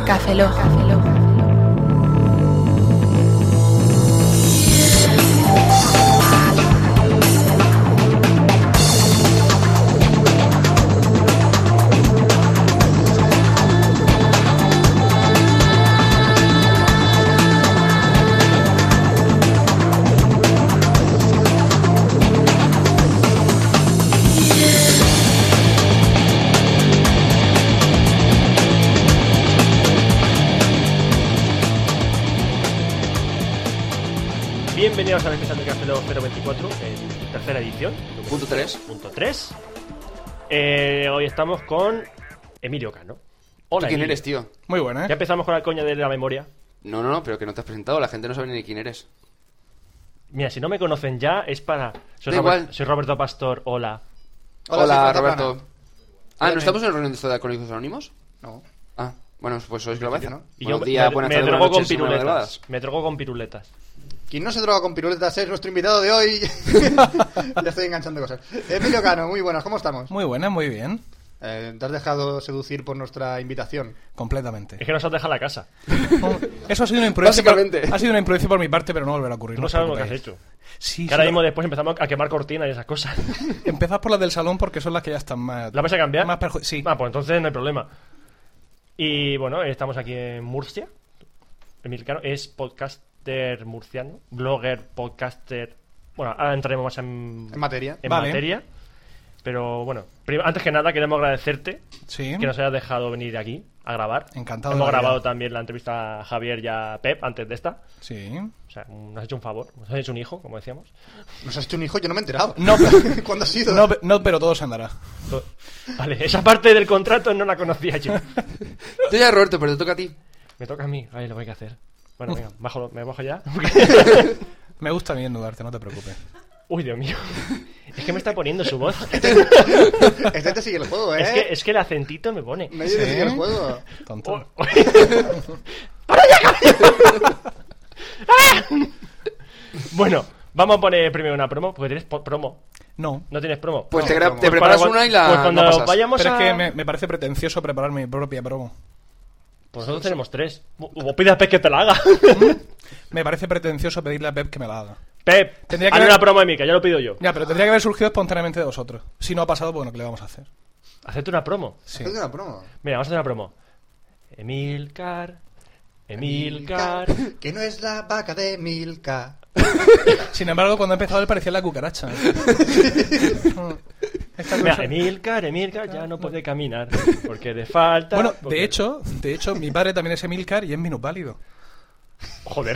Café Lock. Bienvenidos al especial de Café Lock 024, en tercera edición. Punto 3. Punto 3. Hoy estamos con Emilio Cano. Hola, ¿Tú quién Emilio. eres, tío? Muy buena, Ya empezamos con la coña de la memoria. No, pero que no te has presentado, la gente no sabe ni quién eres. Mira, si no me conocen ya, es para... Da igual. Soy Roberto Pastor, hola. Hola, soy Roberto. Plana. ¿No estamos en la reunión de esto de Alcohólicos Anónimos? No. Ah, bueno, pues sois Globeza, ¿no? Y Buenos yo días, me buenas tardes, drogo buenas con noches, buenas piruletas. madrugadas. Me drogo con piruletas. Quien no se droga con piruletas es nuestro invitado de hoy. Ya estoy enganchando cosas. Emilio Cano, muy buenas, ¿cómo estamos? muy buena, muy bien. ¿Te has dejado seducir por nuestra invitación? Completamente. Es que nos has dejado la casa. Eso ha sido una imprudencia. Básicamente. Ha sido una imprudencia por mi parte, pero no volverá a ocurrir. Tú no os sabes lo que has preocupéis. hecho. Sí, Que ahora sí, mismo después empezamos a quemar cortinas y esas cosas. Empezad por las del salón porque son las que ya están más. ¿La vais a cambiar? Más sí. Ah, pues entonces no hay problema. Y bueno, estamos aquí en Murcia. Emilio Cano es podcaster murciano, blogger, podcaster. Bueno, ahora entraremos más En materia. Vale. materia. Pero bueno, antes que nada queremos agradecerte Sí. que nos hayas dejado venir aquí a grabar. Encantado. Hemos de la grabado vida. también la entrevista a Javier y a Pep antes de esta. Sí. O sea, nos has hecho un favor, nos has hecho un hijo, como decíamos. ¿Nos has hecho un hijo? Yo no me he enterado. No, ¿Cuándo ha sido? no, pero todo se andará. Vale, esa parte del contrato no la conocía yo. Tú ya, Roberto, pero te toca a ti. Me toca a mí, ahí lo voy a hacer. Bueno, venga, me bajo ya. Me gusta bien dudarte, no te preocupes. Uy, Dios mío. Es que me está poniendo su voz. Este te sigue el juego, ¿eh? Es que el acentito me pone. Nadie te ¿Sí? sigue el juego. Tonto. Bueno, vamos a poner primero una promo, porque tienes promo. No. ¿No tienes promo? Pues No, te, no, te pues preparas para una y la pues cuando la pasas. vayamos Pero a... es que me parece pretencioso preparar mi propia promo. Pues nosotros tenemos 3. O pide a Pep que te la haga. Me parece pretencioso pedirle a Pep que me la haga. Pep, Tendría que hazle haber- una promo de Mica, ya lo pido yo. Ya, pero tendría que haber surgido espontáneamente de vosotros. Si no ha pasado, bueno, ¿qué le vamos a hacer? Hacerte una promo. Sí. Es una promo. Mira, vamos a hacer una promo. Emilcar. Que no es la vaca de Milka. Sin embargo, cuando ha empezado él parecía la cucaracha. Esta Mira, cosa- Emilcar ya no puede caminar. Porque le falta... Bueno, porque- de hecho, mi padre también es Emilcar y es minusválido. Joder.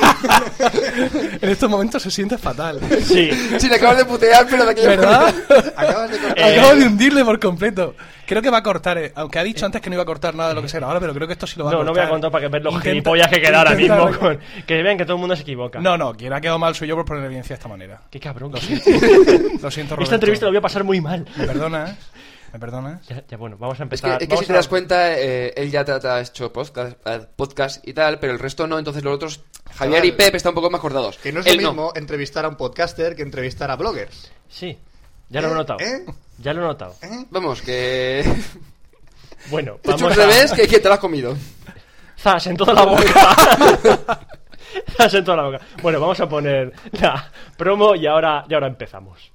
En estos momentos se siente fatal. Sí. Sí, le acabas de putear, pero de aquella ¿Verdad? Acabas de cortar. Acabo de hundirle por completo. Creo que va a cortar, aunque ha dicho antes que no iba a cortar nada de lo que se grabara, pero creo que esto sí lo va a No, cortar. no voy a contar para que vean los Intenta- gilipollas que queda ahora intenta- mismo. Que vean que todo el mundo se equivoca. No, quien ha quedado mal soy yo por poner evidencia de esta manera. Qué cabrón. Lo siento, Roberto. Esta entrevista la voy a pasar muy mal. ¿Me perdonas? ¿Me perdonas? Ya, bueno, vamos a Es empezar. que si Vamos te a- das cuenta, él ya te ha hecho podcast y tal, pero el resto no, entonces los otros, Javier y Pep, están un poco más cordados. Que no es Él lo mismo entrevistar a un podcaster que entrevistar a bloggers. Sí, ya lo he notado. ¿Eh? Ya lo he notado. Vamos, que... Bueno, Te he hecho vamos un a... revés que te lo has comido. ¡Zas! En toda la boca. ¡Zas! En toda la boca. Bueno, vamos a poner la promo y ahora empezamos.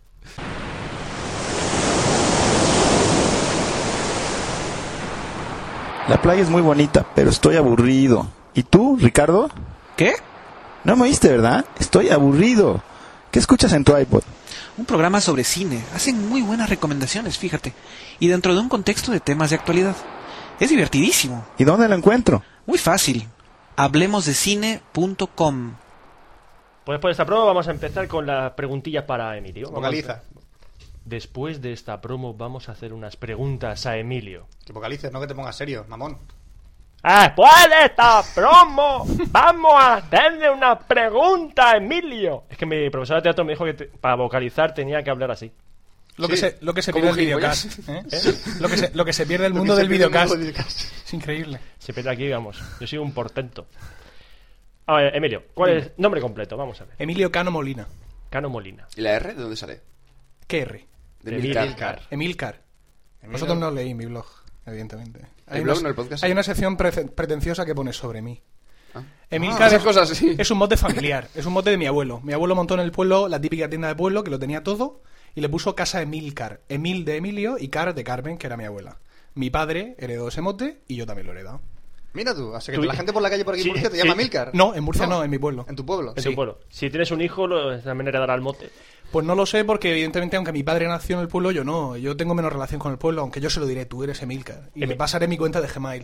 La playa es muy bonita, pero estoy aburrido. ¿Y tú, Ricardo? ¿Qué? No me oíste, ¿verdad? Estoy aburrido. ¿Qué escuchas en tu iPod? Un programa sobre cine. Hacen muy buenas recomendaciones, fíjate. Y dentro de un contexto de temas de actualidad. Es divertidísimo. ¿Y dónde lo encuentro? Muy fácil. Hablemosdecine.com. Pues después de esta promo vamos a empezar con las preguntillas para Emilio. Vamos a- Vocaliza. Después de esta promo vamos a hacer unas preguntas a Emilio. Que vocalices, no que te pongas serio, mamón. Después de esta promo vamos a hacerle una pregunta a Emilio. Es que mi profesor de teatro me dijo que para vocalizar tenía que hablar así. Lo Sí. que se Como pierde el gilipollas. videocast. ¿Eh? Lo que se pierde el Lo que mundo se del pierde el videocast. mundo del videocast. Es increíble. Se pierde aquí, vamos. Yo soy un portento. A ver, Emilio, ¿cuál es el nombre completo? Vamos a ver. Emilio Cano Molina. Cano Molina. ¿Y la R de dónde sale? ¿Qué R? De De Milcar. Milcar. Emilcar. Vosotros no leí mi blog. evidentemente. ¿El blog, no el podcast? Hay una sección pretenciosa que pone sobre mí. Ah. Emilcar Esas cosas, sí. es un mote familiar, es un mote de mi abuelo. Mi abuelo montó en el pueblo la típica tienda de pueblo que lo tenía todo y le puso Casa Emilcar. Emil de Emilio y Car de Carmen, que era mi abuela. Mi padre heredó ese mote y yo también lo he heredado. Mira tú, así que la gente por la calle por aquí en Murcia te llama Milcar. No, en Murcia no, en mi pueblo. En tu pueblo. En Sí. tu pueblo. Si tienes un hijo, también heredará el mote. Pues no lo sé porque evidentemente aunque mi padre nació en el pueblo, yo no. Yo tengo menos relación con el pueblo, aunque yo se lo diré, tú eres Emilcar. Y me pasaré mi cuenta de Gmail.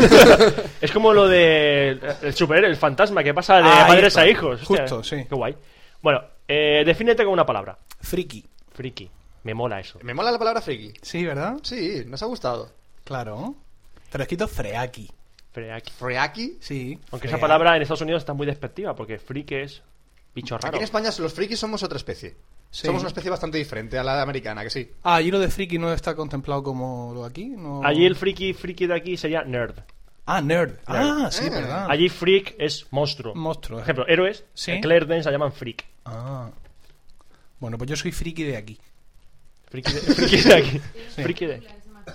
Es como lo de el superhéroe, el fantasma, que pasa de Ahí padres está. a hijos. Hostia, Justo, sí. Qué guay. Bueno, defínete con una palabra. Friki. Friki. Me mola eso. Me mola la palabra friki. Sí, ¿verdad? Sí, nos ha gustado. Claro. Te lo he escrito freaki. Freaki. Freaki. Sí. Aunque freaki. esa palabra en Estados Unidos está muy despectiva, porque friki es bicho raro. Aquí en España los frikis somos otra especie. Sí. Somos una especie bastante diferente a la americana, que sí. Ah, allí lo de friki no está contemplado como lo de aquí. No... Allí el friki de aquí sería nerd. Ah, nerd. Ah, sí, verdad. Allí freak es monstruo. Monstruo. Por ejemplo, héroes, Sí. Claire Dance la llaman freak. Ah. Bueno, pues yo soy friki de aquí. Friki de aquí. Sí. Friki de...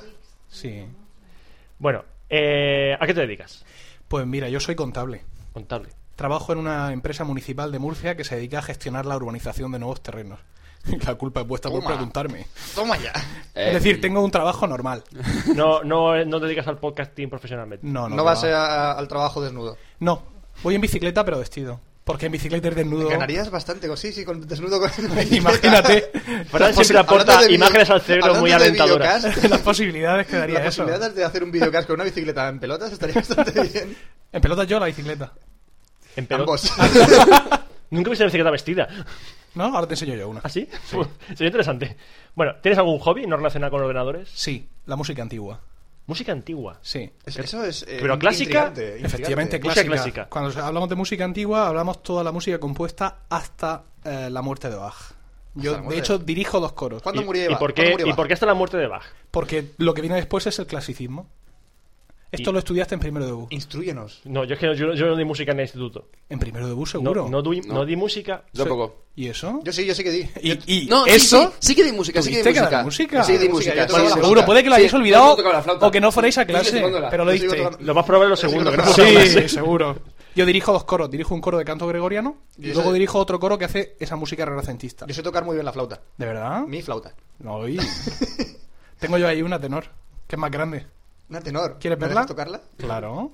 Sí. Bueno, ¿a qué te dedicas? Pues mira, yo soy contable. Contable. Trabajo en una empresa municipal de Murcia que se dedica a gestionar la urbanización de nuevos terrenos. La culpa es vuestra por Toma. preguntarme. Toma ya. Es decir, tengo un trabajo normal. No te dedicas al podcasting profesionalmente. No No vas al trabajo desnudo. No, voy en bicicleta pero vestido. Porque en bicicleta ir desnudo... Ganarías bastante, sí, con desnudo con Imagínate Fran siempre aporta Hablando de imágenes al cerebro hablando muy de alentadoras. videocast, las posibilidades que daría las eso. posibilidades de hacer un videocast con una bicicleta en pelotas estaría bastante bien. En pelota yo la bicicleta. En pelota. Ambos. Nunca he visto una bicicleta vestida. ¿No? Ahora te enseño yo una. ¿Ah, sí? Sería interesante. Bueno, ¿tienes algún hobby no relacionado con ordenadores? Sí, la música antigua. Música antigua. Sí. Eso es. ¿Pero clásica? Efectivamente, Música clásica. clásica. Cuando hablamos de música antigua, hablamos toda la música compuesta hasta la muerte de Bach. Yo, la muerte de hecho, dirijo 2 coros. ¿Cuándo ¿Y, murió y Bach? por ¿Cuándo qué, murió ¿Y Bach? por qué hasta la muerte de Bach? Porque lo que viene después es el clasicismo. Esto Y- lo estudiaste en primero de U. Instrúyenos. No, yo es que yo no di música en el instituto. En primero de U, No, seguro. no di música. Yo tampoco. ¿Y eso? Yo sí que di. ¿Y No, eso? sí que di música, sí que di ¿Tuviste que música. dar música? Sí, di Música, música. yo tocaba la sí, flauta. Seguro, puede que lo hayáis Sí, olvidado yo tocaba la flauta. o que no fuerais a Yo clase, sigo tocándola. pero lo Yo sigo diste. tocando- Lo más probable es lo Yo sigo segundo, que no tocando- fue Sí, clase. seguro. Yo dirijo 2 coros. Dirijo un coro de canto gregoriano y Y luego ese- dirijo otro coro que hace esa música renacentista. Yo sé tocar muy bien la flauta. ¿De verdad? Mi flauta. No, tengo yo ahí una tenor, que es más grande. Una tenor. ¿Quieres ¿Me verla? dejas tocarla? Claro.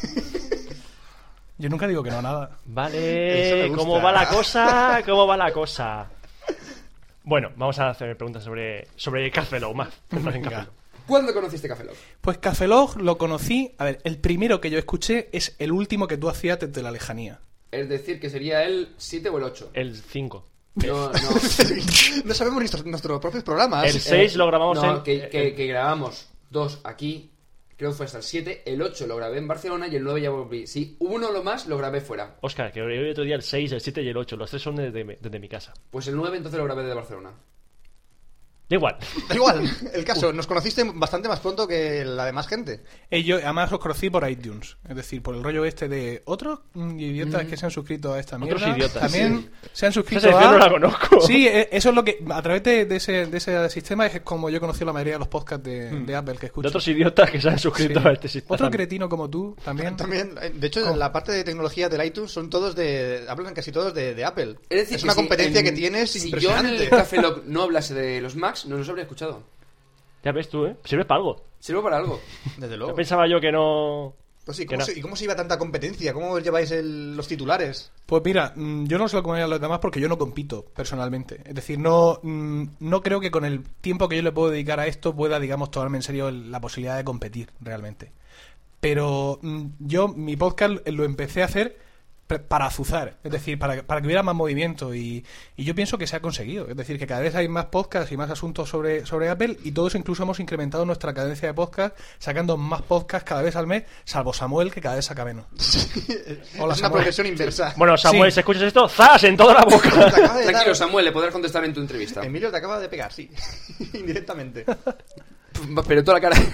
Yo nunca digo que no a nada. Eso me Vale, gusta. ¿cómo va la cosa? ¿Cómo va la cosa? Bueno, vamos a hacer preguntas sobre Café Lock, más. Centrados en Café Venga. Lock. ¿Cuándo conociste Café Lock? Pues Café Lock lo conocí... A ver, el primero que yo escuché es el último que tú hacías desde la lejanía. Es decir, que sería el 7 o el 8. El 5. No, no. No sabemos nuestros propios programas. El 6 lo grabamos no, en... que grabamos 2 aquí, creo que fue hasta el 7. El 8 lo grabé en Barcelona y el 9 ya volví. Sí, uno lo más lo grabé fuera. Oscar, que hoy otro día el 6, el 7 y el 8. Los 3 son desde mi casa. Pues el 9 entonces lo grabé de Barcelona. Da igual. Da igual, el caso, nos conociste bastante más pronto que la demás gente. Yo además los conocí por iTunes. Es decir, por el rollo este de otros idiotas que se han suscrito a esta Otros mierda. idiotas, También se han suscrito Esa sección a... no la conozco. Sí, eso es lo que... A través de ese sistema es como yo conocí la mayoría de los podcasts de Apple que escucho. De otros idiotas que se han suscrito Sí. a este sistema. Otro cretino como tú también. También, de hecho, en la parte de tecnología del iTunes son todos hablan casi todos de Apple. Es decir, que una si competencia en- que tienes si impresionante. yo en el Café Lock no hablase de los Macs, no los habría escuchado. Ya ves tú, ¿eh? Sirve para algo. Sirve para algo. Desde Yo luego. pensaba yo que no... Pues sí, que no. ¿y cómo se iba tanta competencia? ¿Cómo lleváis los titulares? Pues mira, yo no sé lo que me los demás porque yo no compito personalmente. Es decir, no creo que con el tiempo que yo le puedo dedicar a esto pueda, digamos, tomarme en serio la posibilidad de competir realmente. Pero yo mi podcast lo empecé a hacer para azuzar, es decir, para que hubiera más movimiento y yo pienso que se ha conseguido. Es decir, que cada vez hay más podcasts y más asuntos sobre Apple y todos incluso hemos incrementado nuestra cadencia de podcast sacando más podcasts cada vez al mes, salvo Samuel que cada vez saca menos. Hola, Es una Samuel. progresión inversa. Bueno, Samuel, Sí. si escuchas esto, ¡zas! En toda la Te boca. acaba de Tranquilo, dar- Samuel, le podrás contestar en tu entrevista. Emilio te acaba de pegar, sí. Indirectamente. Pero toda la cara.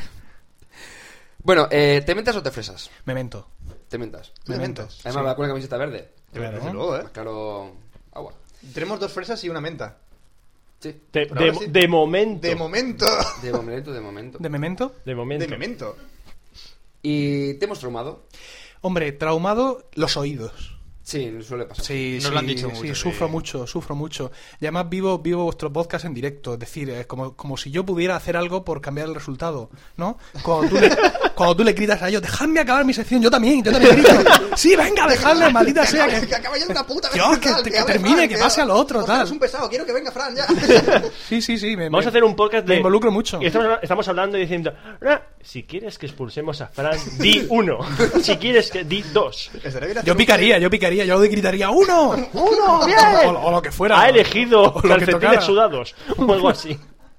Bueno, ¿te mentas o te fresas? Memento. Te mentas. Elementos. Además, va con la camiseta verde. Claro. Desde luego, Más claro, agua. Tenemos 2 fresas y una menta. Sí. Pero ahora sí. De momento. De momento. De momento. ¿De memento? De momento. De memento. ¿Y te hemos traumado? Hombre, traumado los oídos. Sí, suele pasar. Sí, Nos sí, lo han dicho sí, mucho, sufro sí. mucho. Y además vivo vuestro podcast en directo, es decir, es como si yo pudiera hacer algo por cambiar el resultado, ¿no? Cuando tú le gritas a ellos, dejadme acabar mi sección, yo también grito. Sí, venga, dejadme, maldita sea. Que acabe ya de una puta vez. Dios, que hable termine, Fran, que tío. pase a lo otro, Ostras, tal. Es un pesado, quiero que venga Fran ya. Sí, Vamos a hacer un podcast de... Me involucro mucho. Y estamos hablando y diciendo, si quieres que expulsemos a Fran, di 1. Si quieres que di 2. Estaría bien hacer Yo un- picaría, yo gritaría ¡uno! ¡Bien! O lo que fuera. Ha elegido O lo que calcetines tocara. sudados o algo así.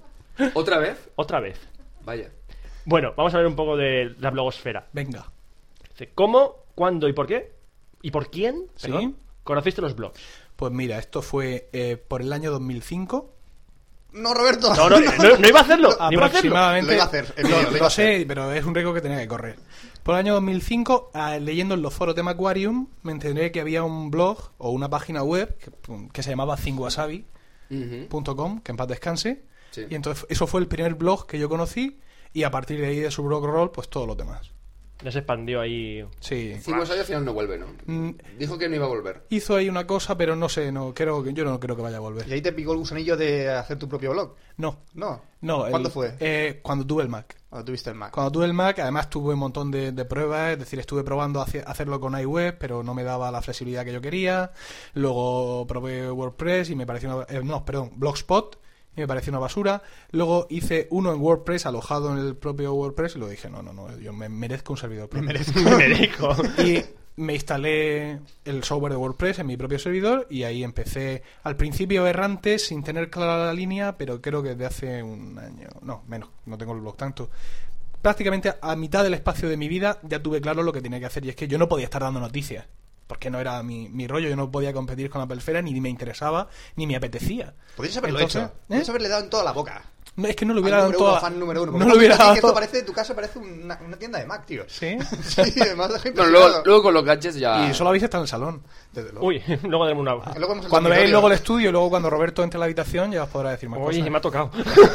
¿Otra vez? Otra vez. Vaya. Bueno, vamos a ver un poco de la blogosfera. Venga. Dice, ¿cómo, cuándo y por qué? ¿Y por quién? Sí. Perdón, ¿conociste los blogs? Pues mira, esto fue por el año 2005. No, Roberto. No iba a hacerlo. No iba a hacerlo. Aproximadamente. Lo iba a hacer, Emilio, lo iba Lo a hacer. sé, pero es un riesgo que tenía que correr. Por el año 2005, leyendo en los foros de Macquarium, me enteré que había un blog o una página web que se llamaba thinguasabi.com, Ujú. que en paz descanse. Sí. Y entonces eso fue el primer blog que yo conocí, y a partir de ahí de su blog roll, pues todos los demás. Ya se expandió ahí. Sí. 5 años al final no vuelve, ¿no? Dijo que no iba a volver. Hizo ahí una cosa, pero no sé, yo no creo que vaya a volver. Y ahí te picó el gusanillo de hacer tu propio blog. No. No. No. ¿Cuándo fue? Cuando tuve el Mac. Cuando tuviste el Mac. Cuando tuve el Mac, además tuve un montón de pruebas, es decir, estuve probando hacerlo con iWeb, pero no me daba la flexibilidad que yo quería. Luego probé WordPress y me pareció Blogspot, y me pareció una basura. Luego hice uno en WordPress, alojado en el propio WordPress, y lo dije, no, yo me merezco un servidor propio. Me dijo. Y me instalé el software de WordPress en mi propio servidor, y ahí empecé, al principio errante, sin tener clara la línea, pero creo que desde hace un año, no, menos, no tengo el blog tanto. Prácticamente a mitad del espacio de mi vida ya tuve claro lo que tenía que hacer, y es que yo no podía estar dando noticias, porque no era mi rollo. Yo no podía competir con Apple Esfera, ni me interesaba, ni me apetecía. Podrías haberlo Entonces, hecho. Podrías haberle dado en toda la boca. No, es que no le Al hubiera dado número toda... uno, fan número uno. No le hubiera Porque dado... que esto parece, tu casa parece una tienda de Mac, tío. ¿Sí? Sí, además deja No, impresionado. luego con los gadgets ya... Y solo habéis estado en el salón. Desde luego. Uy, luego daremos una... Luego vemos el Cuando dormitorio. veáis luego el estudio, y luego cuando Roberto entre a la habitación, ya os podrá decir más Uy, cosas. me ha tocado.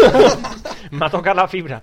Me ha tocado la fibra.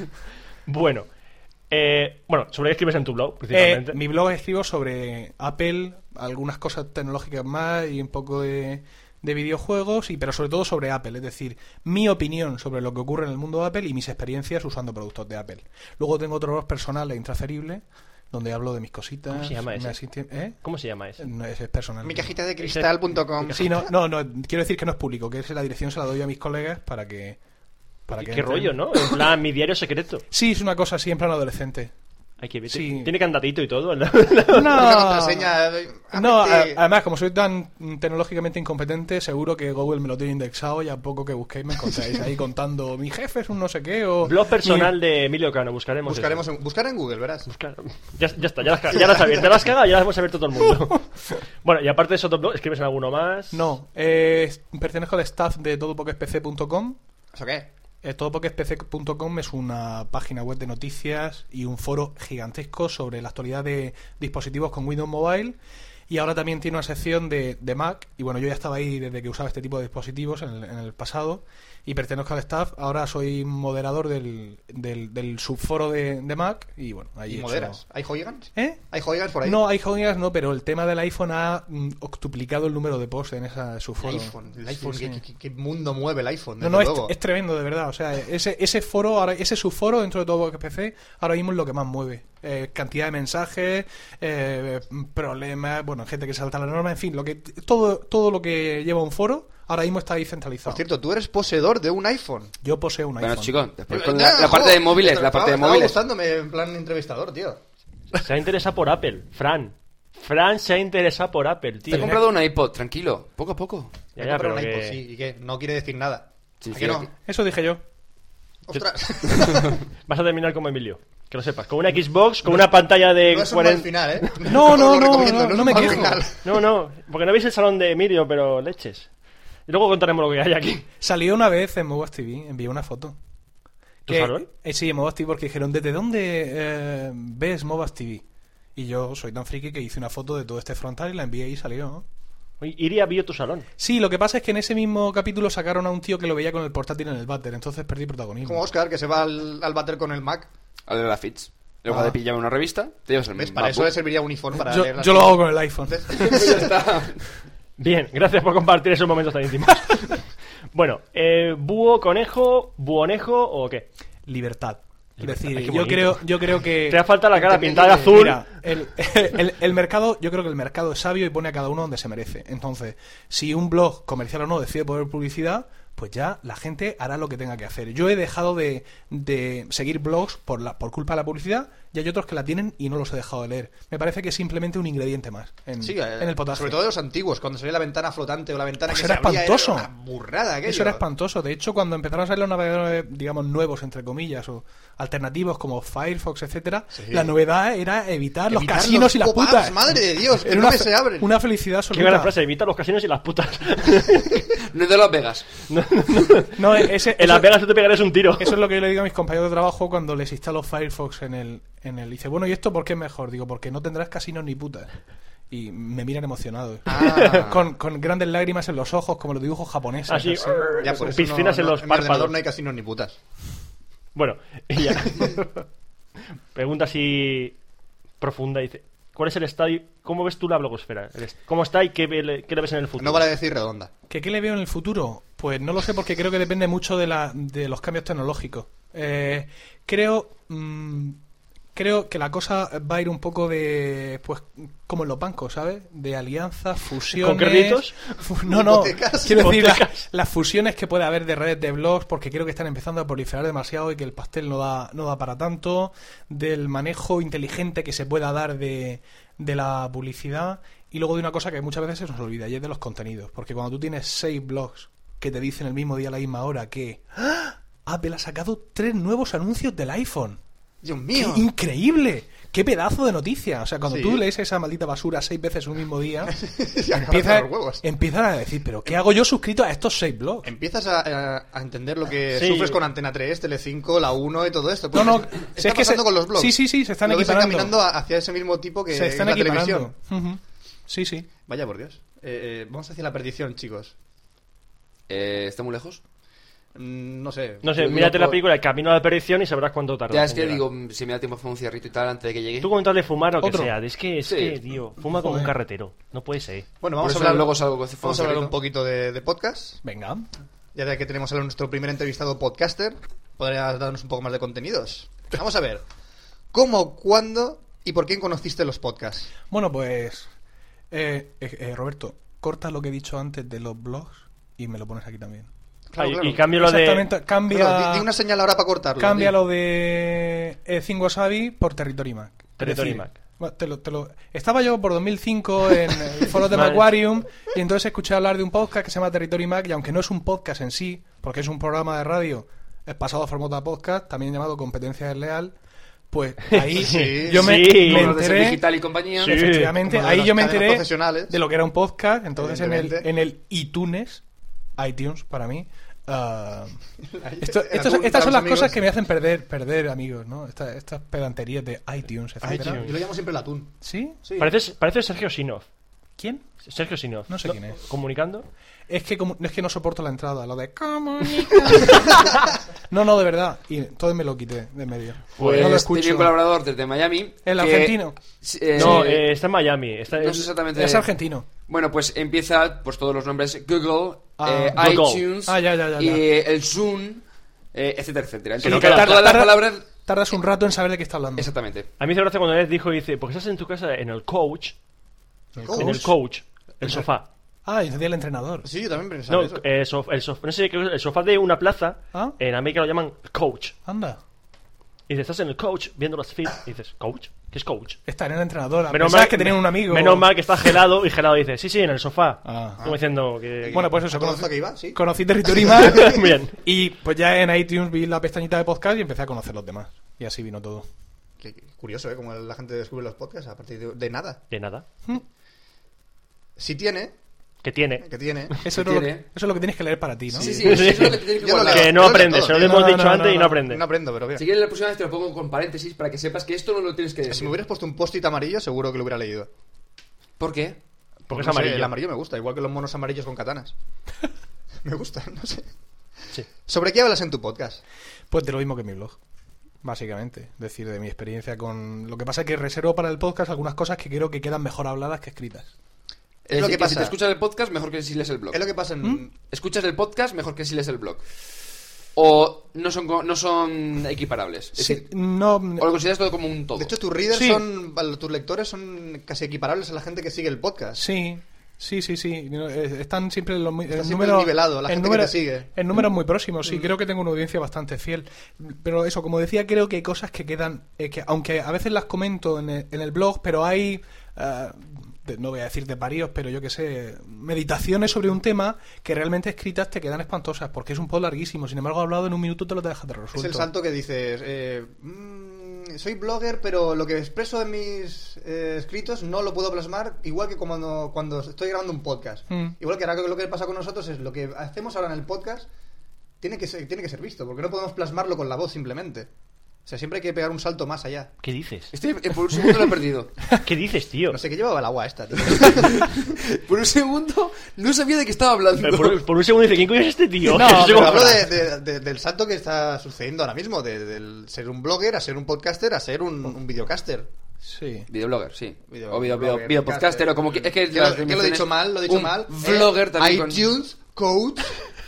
Bueno, ¿sobre qué escribes en tu blog, principalmente? Mi blog escribo sobre Apple, algunas cosas tecnológicas más y un poco de videojuegos, pero sobre todo sobre Apple, es decir, mi opinión sobre lo que ocurre en el mundo de Apple y mis experiencias usando productos de Apple. Luego tengo otro blog personal e intransferible, donde hablo de mis cositas. ¿Cómo se llama ese? ¿Eh? ¿Cómo se llama ese? No, ese es personal. Mi cajita de cristal.com. Sí, no, quiero decir que no es público, que la dirección se la doy a mis colegas para que... ¿Qué entren. rollo, no? En plan, mi diario secreto. Sí, es una cosa así en plan adolescente. Hay que ver. Sí. Tiene candadito y todo. ¿no? Una contraseña. No, Apple. además, como soy tan tecnológicamente incompetente, seguro que Google me lo tiene indexado y a poco que busquéis me encontráis ahí contando mi jefe es un no sé qué o... Blog personal de Emilio Cano. Buscaremos eso. Buscar en Google, verás. Ya está, ya lo has abierto. Ya lo has cagado, ya lo hemos abierto todo el mundo. Bueno, y aparte de eso, blog, ¿escribes en alguno más? No, pertenezco al staff de todopoquespc.com. ¿Eso qué? Todopoquespc.com es una página web de noticias y un foro gigantesco sobre la actualidad de dispositivos con Windows Mobile, y ahora también tiene una sección de Mac, y bueno, yo ya estaba ahí desde que usaba este tipo de dispositivos en el pasado, y pertenezco al staff. Ahora soy moderador del subforo de Mac, y bueno, ahí ¿Y moderas? ¿Hay hooligans? ¿Eh? ¿Hay hooligans por ahí? No, hay hooligans no, pero el tema del iPhone ha octuplicado el número de posts en esa subforo. El iPhone, Sí. ¿Qué mundo mueve el iPhone? No, es tremendo, de verdad. O sea, ese foro, ahora, ese subforo dentro de todo PC, ahora mismo es lo que más mueve. Cantidad de mensajes, problemas, bueno, gente que salta la norma, en fin, todo lo que lleva un foro ahora mismo está ahí centralizado. Por cierto, tú eres poseedor de un iPhone. Yo poseo un Bueno, iPhone. chicos, después con la parte de móviles, la parte de Estaba móviles. gustándome en plan entrevistador, tío. Se ha interesado por Apple, Fran se ha interesado por Apple, Te tío. he comprado un iPod, tranquilo, poco a poco. Ya, Me he comprado pero un iPod, que... sí, y que no quiere decir nada. Sí, ¿A sí, que no? aquí. Eso dije yo. ¡Ostras! Vas a terminar como Emilio, que lo sepas. Con una Xbox, con una pantalla de No es un buen 40... final, ¿eh? No, Lo no, recomiendo, no es me un mal quejo. final. No, porque no veis el salón de Emilio, pero leches. Y luego contaremos lo que hay aquí. Salió una vez en Mobas TV, envié una foto. ¿Tu salón? Sí, en Mobas TV, porque dijeron, ¿desde dónde ves Mobas TV? Y yo soy tan friki que hice una foto de todo este frontal y la envié y salió, ¿no? Iría vio tu salón. Sí, lo que pasa es que en ese mismo capítulo sacaron a un tío que lo veía con el portátil en el váter, entonces perdí protagonismo. Como Oscar, que se va al váter con el Mac. Al de la Fitch. Luego de pillarme una revista, te llevas el ¿Ves? Para eso le serviría un iPhone para leer las Yo lo hago cosas. con el iPhone. Pues ya está. Bien, gracias por compartir esos momentos tan íntimos. Bueno, búho, conejo, buonejo o qué. Libertad. Es Libertad, decir, qué bonito. yo creo que... Te da falta la cara Entendí pintada de que- azul. Mira, el mercado, yo creo que el mercado es sabio y pone a cada uno donde se merece. Entonces, si un blog, comercial o no, decide poner publicidad, pues ya la gente hará lo que tenga que hacer. Yo he dejado de seguir blogs por culpa de la publicidad, y hay otros que la tienen y no los he dejado de leer. Me parece que es simplemente un ingrediente más en el potaje. Sobre todo de los antiguos, cuando salía la ventana flotante o la ventana Pues que era se abría, espantoso. Era una burrada aquello. Eso era espantoso. De hecho, cuando empezaron a salir los navegadores, digamos, nuevos, entre comillas, o alternativos como Firefox, etcétera, Sí. la novedad era evitar los Evitar casinos los y las pop-ups, putas. madre de Dios, que Era no una, me se abren. una felicidad Qué buena absoluta. frase, evita los casinos y las putas. No es de Las Vegas. No, En Las Vegas tú te pegarías un tiro. Eso es lo que yo le digo a mis compañeros de trabajo cuando les instalo Firefox en el... Dice, bueno, ¿y esto por qué es mejor? Digo, porque no tendrás casinos ni putas. Y me miran emocionados. Ah. con grandes lágrimas en los ojos, como los dibujos japoneses. Así, Ya, por eso piscinas en los en mi ordenador párpados. no hay casinos ni putas. Bueno, y ya. Pregunta así profunda, dice, ¿cuál es el estadio? ¿Cómo ves tú la blogosfera? ¿Cómo está y qué le ves en el futuro? No vale decir redonda. ¿Qué le veo en el futuro? Pues no lo sé, porque creo que depende mucho de los cambios tecnológicos. Creo que la cosa va a ir un poco de... Pues como en los bancos, ¿sabes? De alianzas, fusiones... ¿Con créditos? No. Hipotecas. Quiero decir, Hipotecas. las fusiones que puede haber de redes de blogs, porque creo que están empezando a proliferar demasiado y que el pastel no da para tanto. Del manejo inteligente que se pueda dar de la publicidad. Y luego de una cosa que muchas veces se nos olvida, y es de los contenidos. Porque cuando tú tienes 6 blogs que te dicen el mismo día a la misma hora que ¡ah! Apple ha sacado 3 nuevos anuncios del iPhone. Dios ¡Qué mío. increíble! ¡Qué pedazo de noticia! O sea, cuando Sí. tú lees esa maldita basura 6 veces un mismo día, Ya acaban los huevos. empiezas a decir, ¿pero qué hago yo suscrito a estos 6 blogs? Empiezas a entender lo que Sí. sufres con Antena 3, Telecinco, la 1 y todo esto. Pues No, está si es que pasando con los blogs. Sí, se están Lo ves equiparando. caminando hacia ese mismo tipo que Se están la equiparando. televisión. Ujú. Sí. Vaya por Dios. Vamos hacia la perdición, chicos. ¿Está muy lejos? No sé. No sé, Yo mírate digo la por- película El Camino a la Perdición y sabrás cuánto tarda. Ya es que en llegar. digo, si me da tiempo a fumar un cigarrito y tal antes de que llegue. Tú comentas de fumar o que Otro. sea, es que, Sí. tío, fuma como un Joder. carretero. No puede ser. Bueno, Por vamos a eso hablar, luego salgo con vamos a hablar un cigarrito. poquito de podcast. Venga. Ya que tenemos a nuestro primer entrevistado podcaster, podrías darnos un poco más de contenidos. Vamos a ver. ¿Cómo, cuándo y por quién conociste los podcasts? Bueno, pues... Roberto, corta lo que he dicho antes de los blogs y me lo pones aquí también. Claro, Ah, claro. Y cambio lo de... Exactamente, cambia... Claro, di una señal ahora para cortarlo. Cambia di. lo de Think Wasabi por Territory Mac. Es Territory decir, Mac. bueno, Estaba yo por 2005 en el foro de Vale. Macquarium y entonces escuché hablar de un podcast que se llama Territory Mac, y aunque no es un podcast en sí, porque es un programa de radio pasado a formato de podcast, también llamado Competencia Desleal, pues ahí Sí, yo me sí. Como los de Ser enteré... Digital y compañía. Sí. Efectivamente, Como de ahí las yo me cadenas enteré profesionales. de lo que era un podcast. Entonces Evidentemente. en el iTunes para mí, El estas atún son para las los cosas amigos. que me hacen perder amigos, ¿no? Estas pedanterías de iTunes, etcétera. Yo lo llamo siempre el atún. ¿Sí? Sí. Parece Sergio Sinov. ¿Quién? Sergio Sinov. No sé quién es. ¿Comunicando? Es que no soporto la entrada, lo de comunicar. No, de verdad. Y entonces me lo quité de en medio. Pues no lo tenía escucho. un colaborador desde Miami. ¿El que- argentino? No, sí, está en Miami. Está no sé exactamente. Es argentino. Bueno, pues empieza pues todos los nombres Google, Ah, Google. iTunes Ya. y el Zoom, etcétera, etcétera. Pero Entonces, claro, todas las palabras... Tardas un rato en saber de qué está hablando. Exactamente. A mí me hizo gracia cuando él dijo, dice, porque estás en tu casa en el coach. En el coach. El sofá. Ah, y entendía el entrenador. Sí, yo también pensaba No, eso. no sé, el sofá de una plaza. ¿Ah? En América lo llaman coach. Anda. Y dices, estás en el coach viendo los feeds. Y dices, ¿coach? ¿Qué es coach? Está en el entrenador. Menos Pensabas mal que tenían un amigo. Menos mal que está gelado. Y gelado dice, sí, en el sofá. Ah. Como diciendo que... Bueno, pues eso, ¿A todo esto que iba? Sí. conocí Territory Mac. Bien. Y pues ya en iTunes vi la pestañita de podcast y empecé a conocer los demás. Y así vino todo. Qué curioso, ¿eh? Como la gente descubre los podcasts a partir de nada. De nada. Si tiene, Que tiene. que tiene. Eso es, tiene. eso es lo que tienes que leer para ti, ¿no? Sí, eso es lo que te tienes que Yo lo guardar. leo. Que no Yo leo aprende. todo, Se lo tío. hemos No, dicho no, antes no, y no no. aprende. No aprendo, pero bien. Si quieres la próxima vez te lo pongo con paréntesis para que sepas que esto no lo tienes que decir. Si me hubieras puesto un post-it amarillo, seguro que lo hubiera leído. ¿Por qué? Porque es No sé, amarillo. el amarillo me gusta, igual que los monos amarillos con katanas. Me gusta, no sé. Sí. ¿Sobre qué hablas en tu podcast? Pues de lo mismo que mi blog, básicamente. Es decir, de mi experiencia con... Lo que pasa es que reservo para el podcast algunas cosas que creo que quedan mejor habladas que escritas. Es lo que Si pasa. te escuchas el podcast, mejor que si lees el blog. Es lo que pasa en... Escuchas el podcast, mejor que si lees el blog. O no son equiparables. Es Sí, decir, no... o lo consideras todo como un todo. De hecho, tus readers Sí. tus lectores son casi equiparables a la gente que sigue el podcast. Sí. No, están siempre en los Está siempre nivelado, la gente que te sigue. En números muy próximos, sí. Creo que tengo una audiencia bastante fiel. Pero eso, como decía, creo que hay cosas que quedan... que aunque a veces las comento en el blog, pero hay... no voy a decir de varios, pero yo que sé, meditaciones sobre un tema que realmente escritas te quedan espantosas, porque es un post larguísimo. Sin embargo, hablado en un minuto te lo dejas de resuelto. Es el salto que dices, soy blogger, pero lo que expreso en mis escritos no lo puedo plasmar igual que cuando estoy grabando un podcast. Igual que ahora lo que pasa con nosotros es lo que hacemos ahora en el podcast tiene que ser visto, porque no podemos plasmarlo con la voz simplemente. O sea, siempre hay que pegar un salto más allá. ¿Qué dices? Por un segundo lo he perdido. ¿Qué dices, tío? No sé qué llevaba el agua esta, tío. Por un segundo no sabía de qué estaba hablando. Pero por un segundo dice, ¿quién coño es este tío? No, Que se pero llama- hablo del salto que está sucediendo ahora mismo, del ser un blogger a ser un podcaster a ser un videocaster. Sí. Videoblogger, sí. O Videoblogger, videopodcaster, o como que... Es que ¿Qué lo he dicho mal? Lo he dicho un mal. Vlogger también con... iTunes, coach,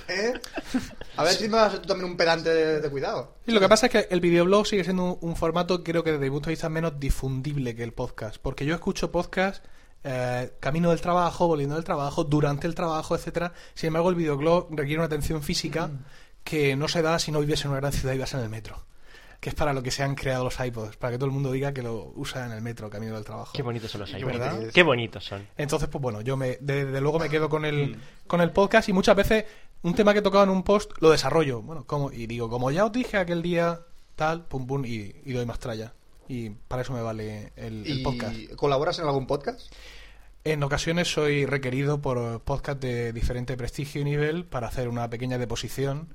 A ver si me vas a ser tú también un pedante de cuidado. Y lo que pasa es que el videoblog sigue siendo un formato, creo que desde mi punto de vista, menos difundible que el podcast. Porque yo escucho podcast camino del trabajo, volviendo del trabajo, durante el trabajo, etcétera. Sin embargo, el videoblog requiere una atención física que no se da si no vives en una gran ciudad y vas en el metro. Que es para lo que se han creado los iPods, para que todo el mundo diga que lo usa en el metro, camino del trabajo. Qué bonitos son los iPods. ¿Verdad? Qué bonitos son. Entonces, pues bueno, yo desde luego me quedo con el podcast, y muchas veces un tema que he tocado en un post lo desarrollo. Bueno, como ya os dije aquel día, tal, pum pum, y doy más tralla. Y para eso me vale el podcast. ¿Y colaboras en algún podcast? En ocasiones soy requerido por podcast de diferente prestigio y nivel para hacer una pequeña deposición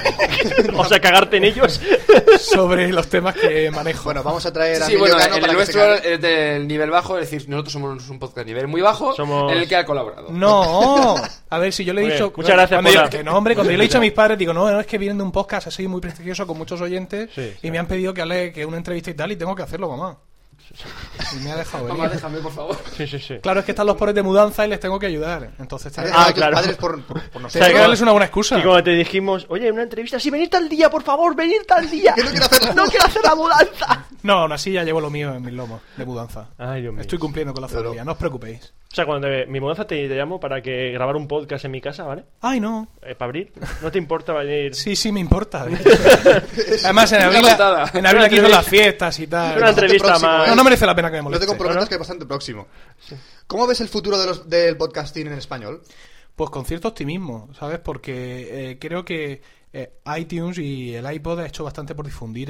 O sea, cagarte en ellos. sobre los temas que manejo. Bueno, vamos a traer a Sí, Emilio bueno, Cano el para que se nuestro cague. es del nivel bajo, es decir, nosotros somos un podcast nivel muy bajo Somos- en el que ha colaborado. No, a ver, si yo le he Muy dicho... bien, muchas gracias cuando por yo- la- que no, hombre, cuando yo le he dicho a mis padres, digo, no, es que vienen de un podcast así muy prestigioso con muchos oyentes, Sí, y me han pedido que hable que una entrevista y tal, y tengo que hacerlo, mamá. Y me ha dejado venir. Mamá, déjame, por favor. Sí, sí, sí. Claro, es que están los pobres de mudanza y les tengo que ayudar. Entonces, Has tengo dejado a tus claro. padres por nosotros. que darles una buena excusa. Y como te dijimos, oye, una entrevista, sí, venid tal día, por favor, venid tal día. Que no quiero hacer- No quiero hacer la mudanza. No, aún así ya llevo lo mío en mis lomos de mudanza. Ay, Dios mío. Estoy cumpliendo con la Pero- familia, no os preocupéis. O sea, cuando mi mudanza te llamo para que grabar un podcast en mi casa, ¿vale? Ay, no. Para abrir. ¿No te importa venir? Sí, me importa. Además, en abril, patada. en abril aquí con las fiestas y tal. Es una entrevista próximo, más. ¿eh? No, no merece la pena que me No te moleste. comprometas, ¿no? que es bastante próximo. ¿Cómo ves el futuro del podcasting en español? Pues con cierto optimismo, ¿sabes? Porque creo que iTunes y el iPod ha hecho bastante por difundir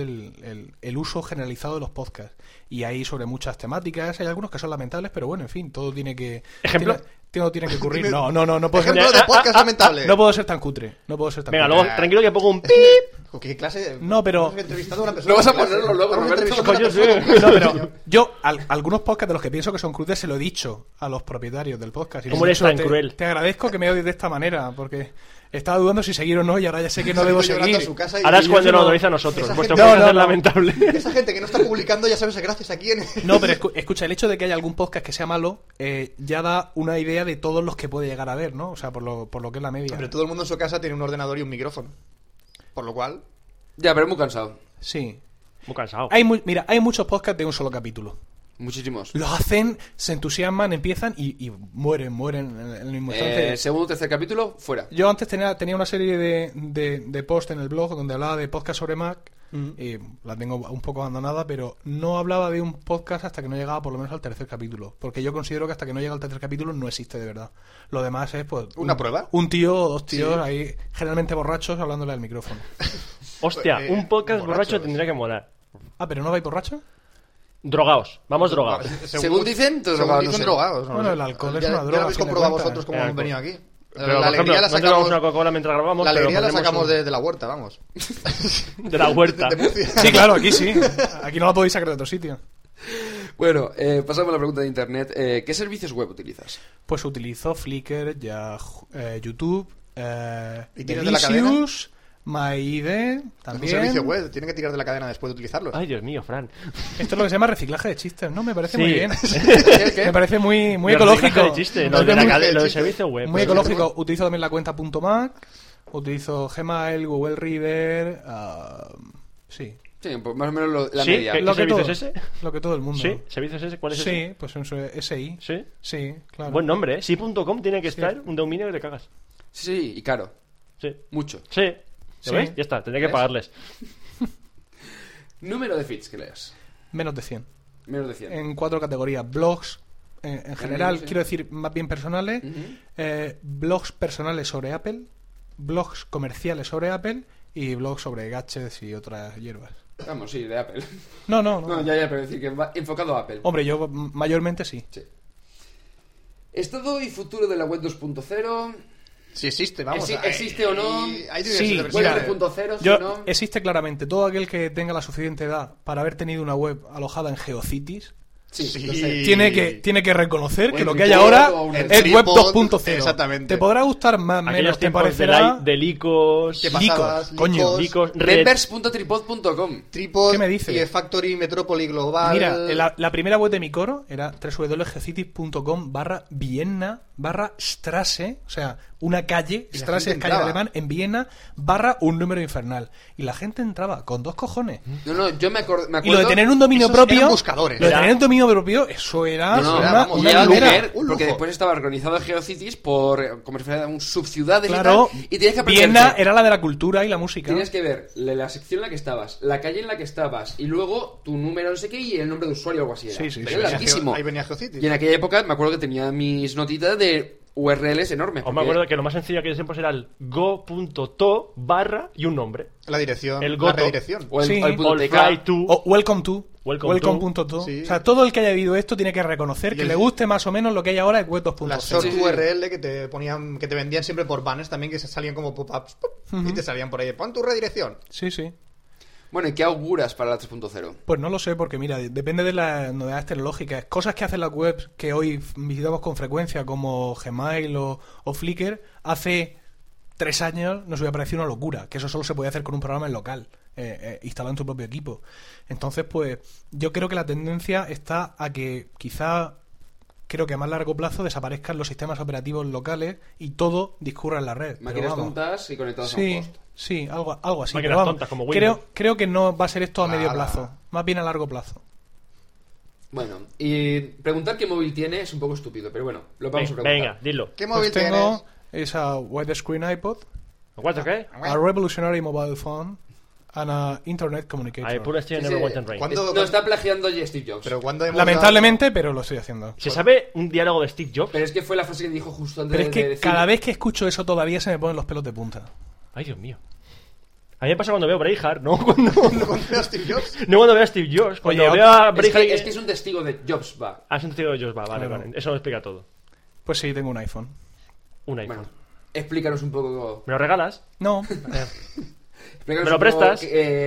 el uso generalizado de los podcasts. Y hay sobre muchas temáticas, hay algunos que son lamentables, pero bueno, en fin, todo tiene que... ¿Ejemplo? Todo tiene que ocurrir. No puedo ser, Ejemplo de podcast lamentable. no puedo ser tan cutre. No puedo ser tan Venga, cutre. luego, tranquilo que pongo un pip. ¿Qué clase? No, pero- Hemos entrevistado a una persona No vas a con clase. ponerlo luego, Hemos Roberto. entrevistado a una Coño, persona sí. con clase, No, señor. pero yo, algunos podcasts de los que pienso que son crudes, se lo he dicho a los propietarios del podcast. Y ¿Cómo les he eres dicho, tan cruel? Te agradezco que me odies de esta manera, porque estaba dudando si seguir o no, y ahora ya sé que no Se ha debo ido llorando seguir. a su casa y- Ahora es y cuando yo nos no- autoriza a nosotros. Esa Vuestro gente- podcast No, es no. lamentable. Esa gente que no está publicando ya sabes gracias a quién. No, pero escucha, el hecho de que haya algún podcast que sea malo ya da una idea de todos los que puede llegar a ver, ¿no? O sea, por lo que es la media. Pero todo el mundo en su casa tiene un ordenador y un micrófono. Por lo cual... Ya, pero muy cansado. Sí. Muy cansado. Mira, hay muchos podcasts de un solo capítulo. Muchísimos. Lo hacen, se entusiasman, empiezan y mueren en el mismo instante. Segundo o tercer capítulo, fuera. Yo antes tenía una serie de posts en el blog donde hablaba de podcast sobre Mac. Y la tengo un poco abandonada, pero no hablaba de un podcast hasta que no llegaba por lo menos al tercer capítulo. Porque yo considero que hasta que no llega al tercer capítulo no existe de verdad. Lo demás es pues ¿Una prueba? Un tío o dos tíos Sí. ahí, generalmente borrachos, hablándole al micrófono. Hostia, un podcast borracho tendría que molar. Ah, ¿pero no vais borracho? Drogaos. Vamos drogaos. Según dicen, según drogados, no dicen sé. drogados. Bueno, el alcohol es ya, una ya droga, lo habéis a fin de comprobado cuentas. vosotros como El hemos alcohol. venido aquí. Pero, La por alegría ejemplo, la no sacamos, tomamos una Coca-Cola mientras grabamos, la pero alegría la ponemos sacamos un- de la huerta, vamos. de la huerta. De Murcia. Sí, claro, aquí sí. Aquí no la podéis sacar de otro sitio. Bueno, pasamos a la pregunta de internet. ¿Qué servicios web utilizas? Pues utilizo Flickr, YouTube, ¿Y tienes de la cadena? Delicious, MyID, Es un también. servicio web, tiene que tirar de la cadena después de utilizarlo. Ay, Dios mío, Fran. Esto es lo que se llama reciclaje de chistes, ¿no? Me parece Sí. muy bien. ¿Qué? Me parece muy Lo ecológico. de chiste, No, lo de muy- lo de chiste. servicio web. Muy pues. ecológico. Utilizo también la cuenta .mac, utilizo Gmail, Google Reader, sí. Sí, pues más o menos la ¿Sí? media. ¿Qué Lo que servicio todo- es ese? Lo que todo el mundo. ¿Sí? ¿Servicios ese? ¿Cuál es ese? Sí, pues eso es SI. ¿Sí? Sí, claro. Buen nombre, ¿eh? Sí.com tiene que Sí. estar un dominio que te cagas. Sí, y caro. Sí. Mucho. Sí. Sí. ¿Lo ves? Ya está, tendré que ¿Ves? pagarles. Número de feeds que leas. Menos de 100. Menos de 100. En 4 categorías. Blogs, en general, sí. quiero decir, más bien personales. Ujú. Blogs personales sobre Apple. Blogs comerciales sobre Apple. Y blogs sobre gadgets y otras hierbas. Vamos, sí, de Apple. No. No, ya, pero decir que va enfocado a Apple. Hombre, yo mayormente sí. Sí. Estado y futuro de la web 2.0. Si existe, vamos. ¿Existe o no? Hay Sí, diversas Web versiones. 3.0, Yo, si no. existe claramente. Todo aquel que tenga la suficiente edad para haber tenido una web alojada en GeoCities Sí, Sí. lo sé. tiene que reconocer que Web lo que hay 3.0 ahora o un es tripod, web 2.0. exactamente. Te podrá gustar más, Aquellos menos, te tiempos parecerá... de licos... ¿Qué Licos, pasabas? coño, Licos, Red... Members.tripod.com. Tripod, ¿Qué me dices? y Factory, Metrópoli Global. Mira, la primera web de mi coro era www.geocities.com/Vienna/Strasse, o sea, una calle, Y la Strasse es gente calle en entraba. alemán, en Viena, /un número infernal. Y la gente entraba con 2 cojones. No, yo me acuerdo. Y lo de tener un dominio esos propio, eran buscadores. lo de Era- tener un dominio propio, eso era No, era, una, vamos, una Y era quimera. mujer, un porque lujo. después estaba organizado GeoCities por como si fuera un subciudades Claro, y tal. Y tenías que aprender. Viena era la de la cultura y la música. Tienes que ver la sección en la que estabas, la calle en la que estabas y luego tu número no sé qué y el nombre de usuario o algo así. Era. Sí, sí, Era sí. larguísimo. Ahí venía GeoCities. Y en aquella época me acuerdo que tenía mis notitas de URLs enormes. Os me porque- acuerdo que lo más sencillo que siempre era el go.to/ y un nombre. La dirección, El la goto. redirección. O el, Sí. o el punto All TK. fly to... O welcome to. Welcome to. Welcome.to. Sí. O sea, todo el que haya vivido esto tiene que reconocer Y que el- le guste más o menos lo que hay ahora es web 2.0. Las short Sí, sí. URL que te ponían, que te vendían siempre por banners también, que se salían como pop-ups ¡pop! Y te salían por ahí. Pon tu redirección. Sí, sí. Bueno, ¿y qué auguras para la 3.0? Pues no lo sé, porque mira, depende de las novedades tecnológicas. Cosas que hacen las webs que hoy visitamos con frecuencia, como Gmail o Flickr, hace 3 años nos hubiera parecido una locura, que eso solo se podía hacer con un programa en local, instalado en tu propio equipo. Entonces, pues, yo creo que la tendencia está a que quizá, creo que a más largo plazo, desaparezcan los sistemas operativos locales y todo discurra en la red. Pero Máquinas vamos. tontas y conectadas a un Sí, host. sí, algo así. Máquinas Pero vamos, tontas como Windows. creo que no va a ser esto a medio Nada. plazo, más bien a largo plazo. Bueno, y preguntar qué móvil tiene es un poco estúpido, pero bueno, lo vamos a preguntar. Venga, dilo. ¿Qué Pues móvil tengo tienes? esa widescreen iPod, ¿Cuánto qué? a revolutionary mobile phone, and a internet communicator. I put a still Sí, never sí. went in rain. ¿Cuándo- No, está plagiando Steve Jobs. Pero cuando hemos Lamentablemente, pero lo estoy haciendo. ¿Se sabe un diálogo de Steve Jobs? Pero es que fue la frase que dijo justo antes Pero es de que decir... cada vez que escucho eso todavía se me ponen los pelos de punta. Ay, Dios mío. A mí me pasa cuando veo Braveheart, ¿no? Cuando... dado- cuando veo a Steve Jobs. No cuando veo a Steve Jobs. Cuando Oye, veo a Es Braveheart... que, es que es un testigo de Jobs, va. Ah, es un testigo de Jobs, vale, Claro. vale. Eso lo explica todo. Pues sí, tengo un iPhone. Un iPhone. Bueno, explícanos un poco... ¿Me lo regalas? No, explícanos ¿Me lo un poco, prestas?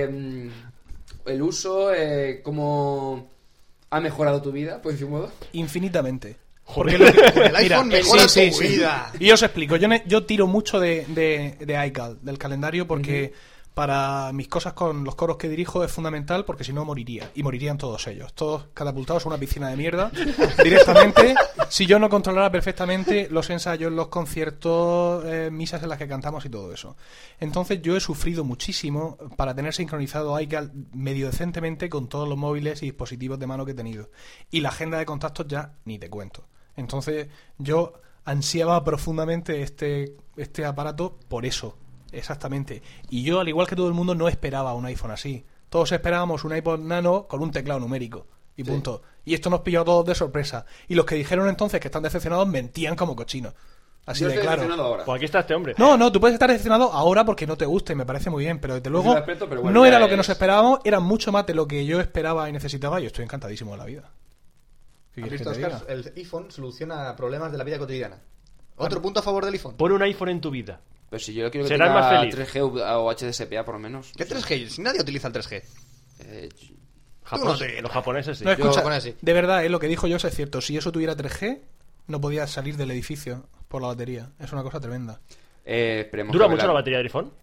el uso, cómo ha mejorado tu vida, por decir un modo. infinitamente. Joder. Porque lo que- Con el iPhone mejora tu vida. Y os explico, yo tiro mucho de iCal, del calendario, porque para mis cosas con los coros que dirijo es fundamental, porque si no moriría. Y morirían todos ellos, todos catapultados a una piscina de mierda directamente, si yo no controlara perfectamente los ensayos, los conciertos, misas en las que cantamos y todo eso. Entonces yo he sufrido muchísimo para tener sincronizado iCal medio decentemente con todos los móviles y dispositivos de mano que he tenido. Y la agenda de contactos ya ni te cuento. Entonces yo ansiaba profundamente este aparato por eso, exactamente. Y yo, al igual que todo el mundo, no esperaba un iPhone así. Todos esperábamos un iPod Nano con un teclado numérico. Y punto. Y esto nos pilló a todos de sorpresa. Y los que dijeron entonces que están decepcionados mentían como cochinos. Así Yo de estoy claro. decepcionado ahora. Pues aquí está este hombre. No, tú puedes estar decepcionado ahora porque no te guste, me parece muy bien, pero desde luego el aspecto, pero bueno, no ya era lo que es- nos esperábamos, era mucho más de lo que yo esperaba y necesitaba, y estoy encantadísimo de la vida. ¿Qué ¿Has quieres visto, que te Oscar? diga? El iPhone soluciona problemas de la vida cotidiana. Otro punto a favor del iPhone. Pon un iPhone en tu vida. Pero si yo quiero que Serás tenga más feliz. 3G o HDSPA por lo menos. ¿Qué 3G? Si nadie utiliza el 3G. Eh, Los japoneses sí. No, escucha, con ese. de verdad, lo que dijo José es cierto. Si eso tuviera 3G, no podías salir del edificio por la batería. Es una cosa tremenda. Esperemos ¿Dura que mucho la verán. batería del iPhone?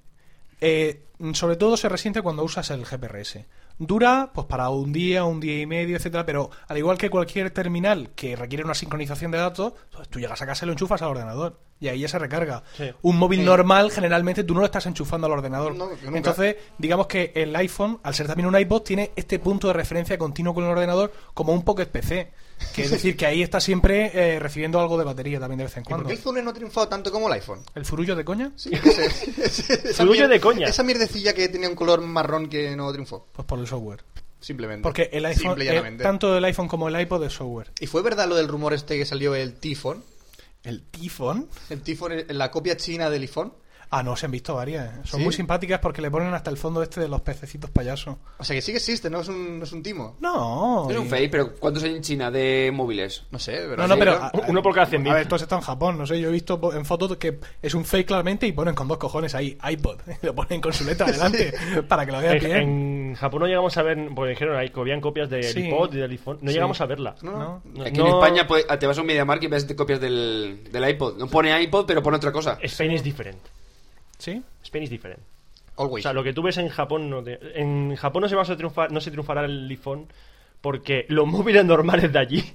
Sobre todo se resiente cuando usas el GPRS. Dura pues para un día y medio, etcétera, pero al igual que cualquier terminal que requiere una sincronización de datos, pues tú llegas a casa y lo enchufas al ordenador y ahí ya se recarga. Sí. Un móvil normal generalmente tú no lo estás enchufando al ordenador. No, nunca. Entonces, digamos que el iPhone, al ser también un iPod, tiene este punto de referencia continuo con el ordenador como un Pocket PC. Que es decir, que ahí está siempre recibiendo algo de batería también de vez en ¿Y por cuando. qué el Zune no ha triunfado tanto como el iPhone? ¿El furullo de coña? Sí, esa Furullo de coña. Esa mierdecilla que tenía un color marrón que no triunfó. Pues por el software. Simplemente. Porque el iPhone, Simple y llanamente. tanto el iPhone como el iPod es software. ¿Y fue verdad lo del rumor este que salió el Tifón? ¿El Tifón? El Tifón, la copia china del iPhone. Ah, no, se han visto varias. Son ¿Sí? muy simpáticas porque le ponen hasta el fondo este de los pececitos payasos. O sea que sí que existe, no es un timo. No. Es un fake, pero ¿cuántos hay en China de móviles? No sé, pero No, sí, pero... Uno por cada 100.000. A ver, esto está en Japón, no sé, yo he visto en fotos que es un fake claramente y ponen con 2 cojones ahí iPod. Lo ponen con su letra adelante para que lo veas bien. En Japón no llegamos a ver, porque dijeron ahí que habían copias del Sí. iPod y del iPhone. No Sí. llegamos a verla. ¿No? Aquí en España pues, te vas a un MediaMarkt y ves copias del iPod. No pone iPod, pero pone otra cosa. Spain es diferente. ¿Sí? Spain es diferente. O Always. sea, lo que tú ves en Japón en Japón no se va a triunfar, no se triunfará el iPhone porque los móviles normales de allí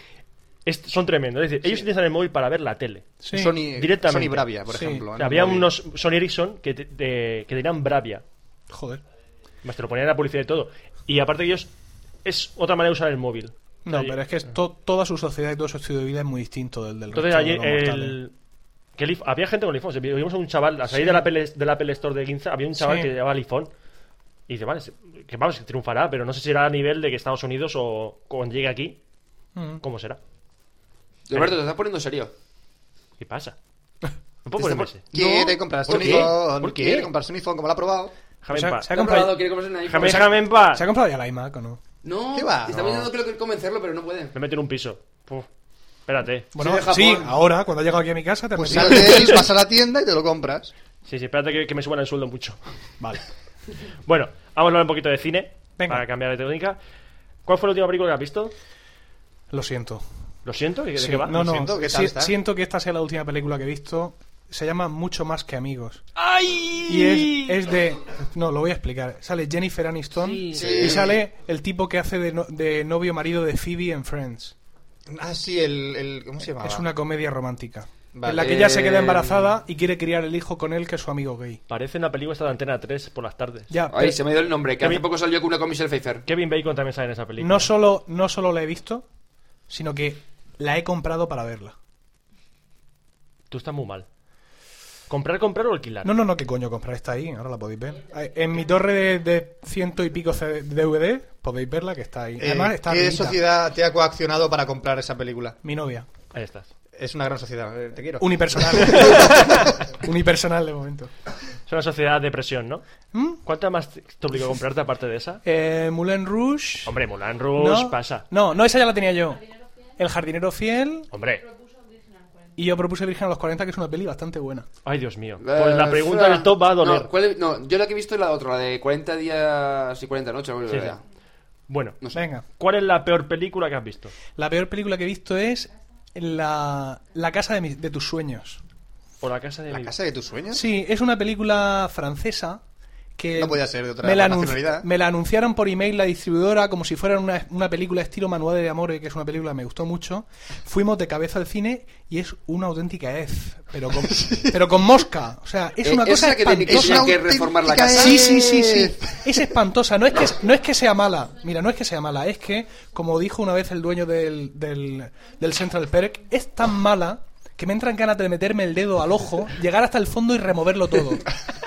son tremendos. Es decir, ellos utilizan el móvil para ver la tele. Sí. Directamente. Sony Bravia, por Sí. ejemplo. O en sea, el había móvil. unos Sony Ericsson que tenían Bravia. Joder. Más te lo ponían en la publicidad y todo. Y aparte que ellos es otra manera de usar el móvil. O No, sea, pero es que toda su sociedad y todo su estilo de vida es muy distinto del entonces resto allí de los mortales. había gente con iPhone. Vimos a un chaval a salir de la Apple Store de Ginza. Había un chaval Sí. que llevaba el iPhone. Y dice, vale, que vamos, que triunfará, pero no sé si será a nivel de que Estados Unidos o cuando llegue aquí, ¿cómo será? Roberto, te estás poniendo serio. ¿Qué pasa? No puedo ponerme ese. Quiere comprarse ¿Por un qué? iPhone. ¿Por qué? Quiere comprarse un iPhone, como lo ha probado. Déjame Se en ha- paz. se ha ¿Lo ha comprado- probado? ¿Quiere comprarse un iPhone? Déjame en paz. ¿Se ha comprado ya la iMac o no? No, ¿Qué va? Está intentando creo que convencerlo, pero no puede. Me meto en un piso. Puf. Espérate. Bueno, de Japón. sí, ahora, cuando ha llegado aquí a mi casa, te Pues has sal metido. de él, vas a la tienda y te lo compras. Sí, espérate que me suban el sueldo mucho. Vale. Bueno, vamos a hablar un poquito de cine. Venga. Para cambiar de técnica. ¿Cuál fue la última película que has visto? Lo siento. Lo siento, ¿de Sí, qué va? no, no. siento, ¿qué tal está? Siento que esta sea la última película que he visto. Se llama Mucho más que amigos. ¡Ay! Y es de... No, lo voy a explicar. Sale Jennifer Aniston Sí. y sale el tipo que hace de novio marido de Phoebe en Friends. Ah, sí, el ¿cómo se llama? Es una comedia romántica. Vale. En la que ella se queda embarazada y quiere criar el hijo con él, que es su amigo gay. Parece una película esta de Antena 3 por las tardes. Ya, Ay, pero se me dio el nombre, que Kevin- hace poco salió con una con Michelle Pfeiffer. Kevin Bacon también sale en esa película. no solo la he visto, sino que la he comprado para verla. Tú estás muy mal. ¿Comprar o alquilar? No, ¿qué coño comprar? Está ahí, ahora la podéis ver. En mi torre de ciento y pico DVD podéis verla, que está ahí. Además, está ¿Qué arribita. sociedad te ha coaccionado para comprar esa película? Mi novia. Ahí estás. Es una gran sociedad, te quiero. Unipersonal. Unipersonal de momento. Es una sociedad de presión, ¿no? ¿Mm? ¿Cuánta más te obligó a comprarte aparte de esa? Moulin Rouge. Hombre, Moulin Rouge pasa. No, esa ya la tenía yo. El jardinero fiel. Hombre. Y yo propuse Virgen a los 40, que es una peli bastante buena. Ay, Dios mío. Pues la pregunta del top va a doler. No, yo la que he visto es la otra, la de 40 días y 40 noches. algo Sí, así. sí. Bueno, No sé. Venga. ¿cuál es la peor película que has visto? La peor película que he visto es La casa de tus sueños. O La casa de ¿La mi... casa de tus sueños? Sí, es una película francesa que No podía ser de otra me la nacionalidad. me la anunciaron por email la distribuidora como si fuera una película estilo Manuale de Amore, que es una película que me gustó mucho. Fuimos de cabeza al cine y es una auténtica pero con mosca. O sea, es una cosa esa que espantosa. tenían que reformar la casa. Sí. Es espantosa. No es que sea mala. Mira, no es que sea mala. Es que, como dijo una vez el dueño del Central Perk, es tan mala que me entran ganas de meterme el dedo al ojo, llegar hasta el fondo y removerlo todo.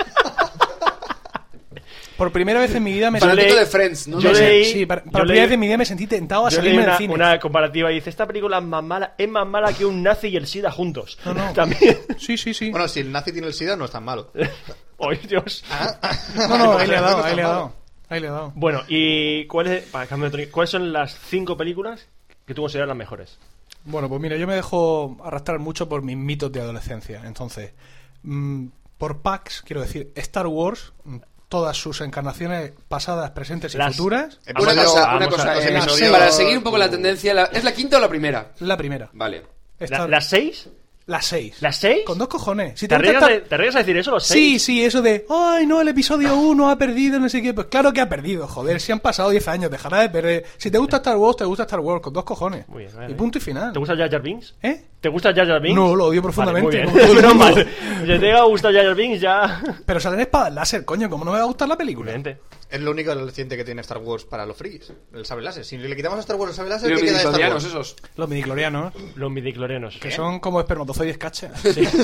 Por primera vez en mi vida me Para el leí- tipo de Friends, ¿no? yo No sé. leí- Sí, para yo primera leí- vez en mi vida me sentí tentado a Yo leí salirme del cine. una comparativa y dice, esta película es más mala que un nazi y el SIDA juntos. No. También. Sí. Bueno, si el nazi tiene el SIDA no es tan malo. ¡Ay, Dios! No, ahí le ha dado. Bueno, y ¿cuáles son las 5 películas que tú consideras las mejores? Bueno, pues mira, yo me dejo arrastrar mucho por mis mitos de adolescencia. Entonces, por packs, quiero decir, Star Wars, todas sus encarnaciones pasadas, presentes y Las- futuras. Una cosa, Vamos a- eh, episodio- para seguir un poco la tendencia, ¿es la quinta o la primera? La primera. Vale. Esta- ¿Las 6? las 6. ¿Las 6? Con 2 cojones. Si ¿Te gusta arriesgas, estar- ¿Te arriesgas a decir eso, los 6? Sí, sí, eso de, ay, no, el episodio 1 ha perdido, no sé qué. Pues claro que ha perdido, joder, si han pasado 10 años, dejará de perder. Si te gusta Star Wars, te gusta Star Wars, con 2 cojones. Muy bien, vale. Y punto y final. ¿Te gusta Jar Jar Binks? ¿Eh? ¿Te gusta Jar Jar Binks? No, lo odio profundamente, Vale, como muy todo bien. el mundo. Menos mal. Si te ha gustado Jar Jar Binks, ya... Pero salen espadas láser, coño, ¿cómo no me va a gustar la película? Evidente. Es lo único reciente que tiene Star Wars para los frikis. El sable láser. Si le quitamos a Star Wars el sable láser, Los ¿qué queda de Star midichlorianos Wars? esos. Los midichlorianos, Los midichlorianos. que son como espermatozoides cachas,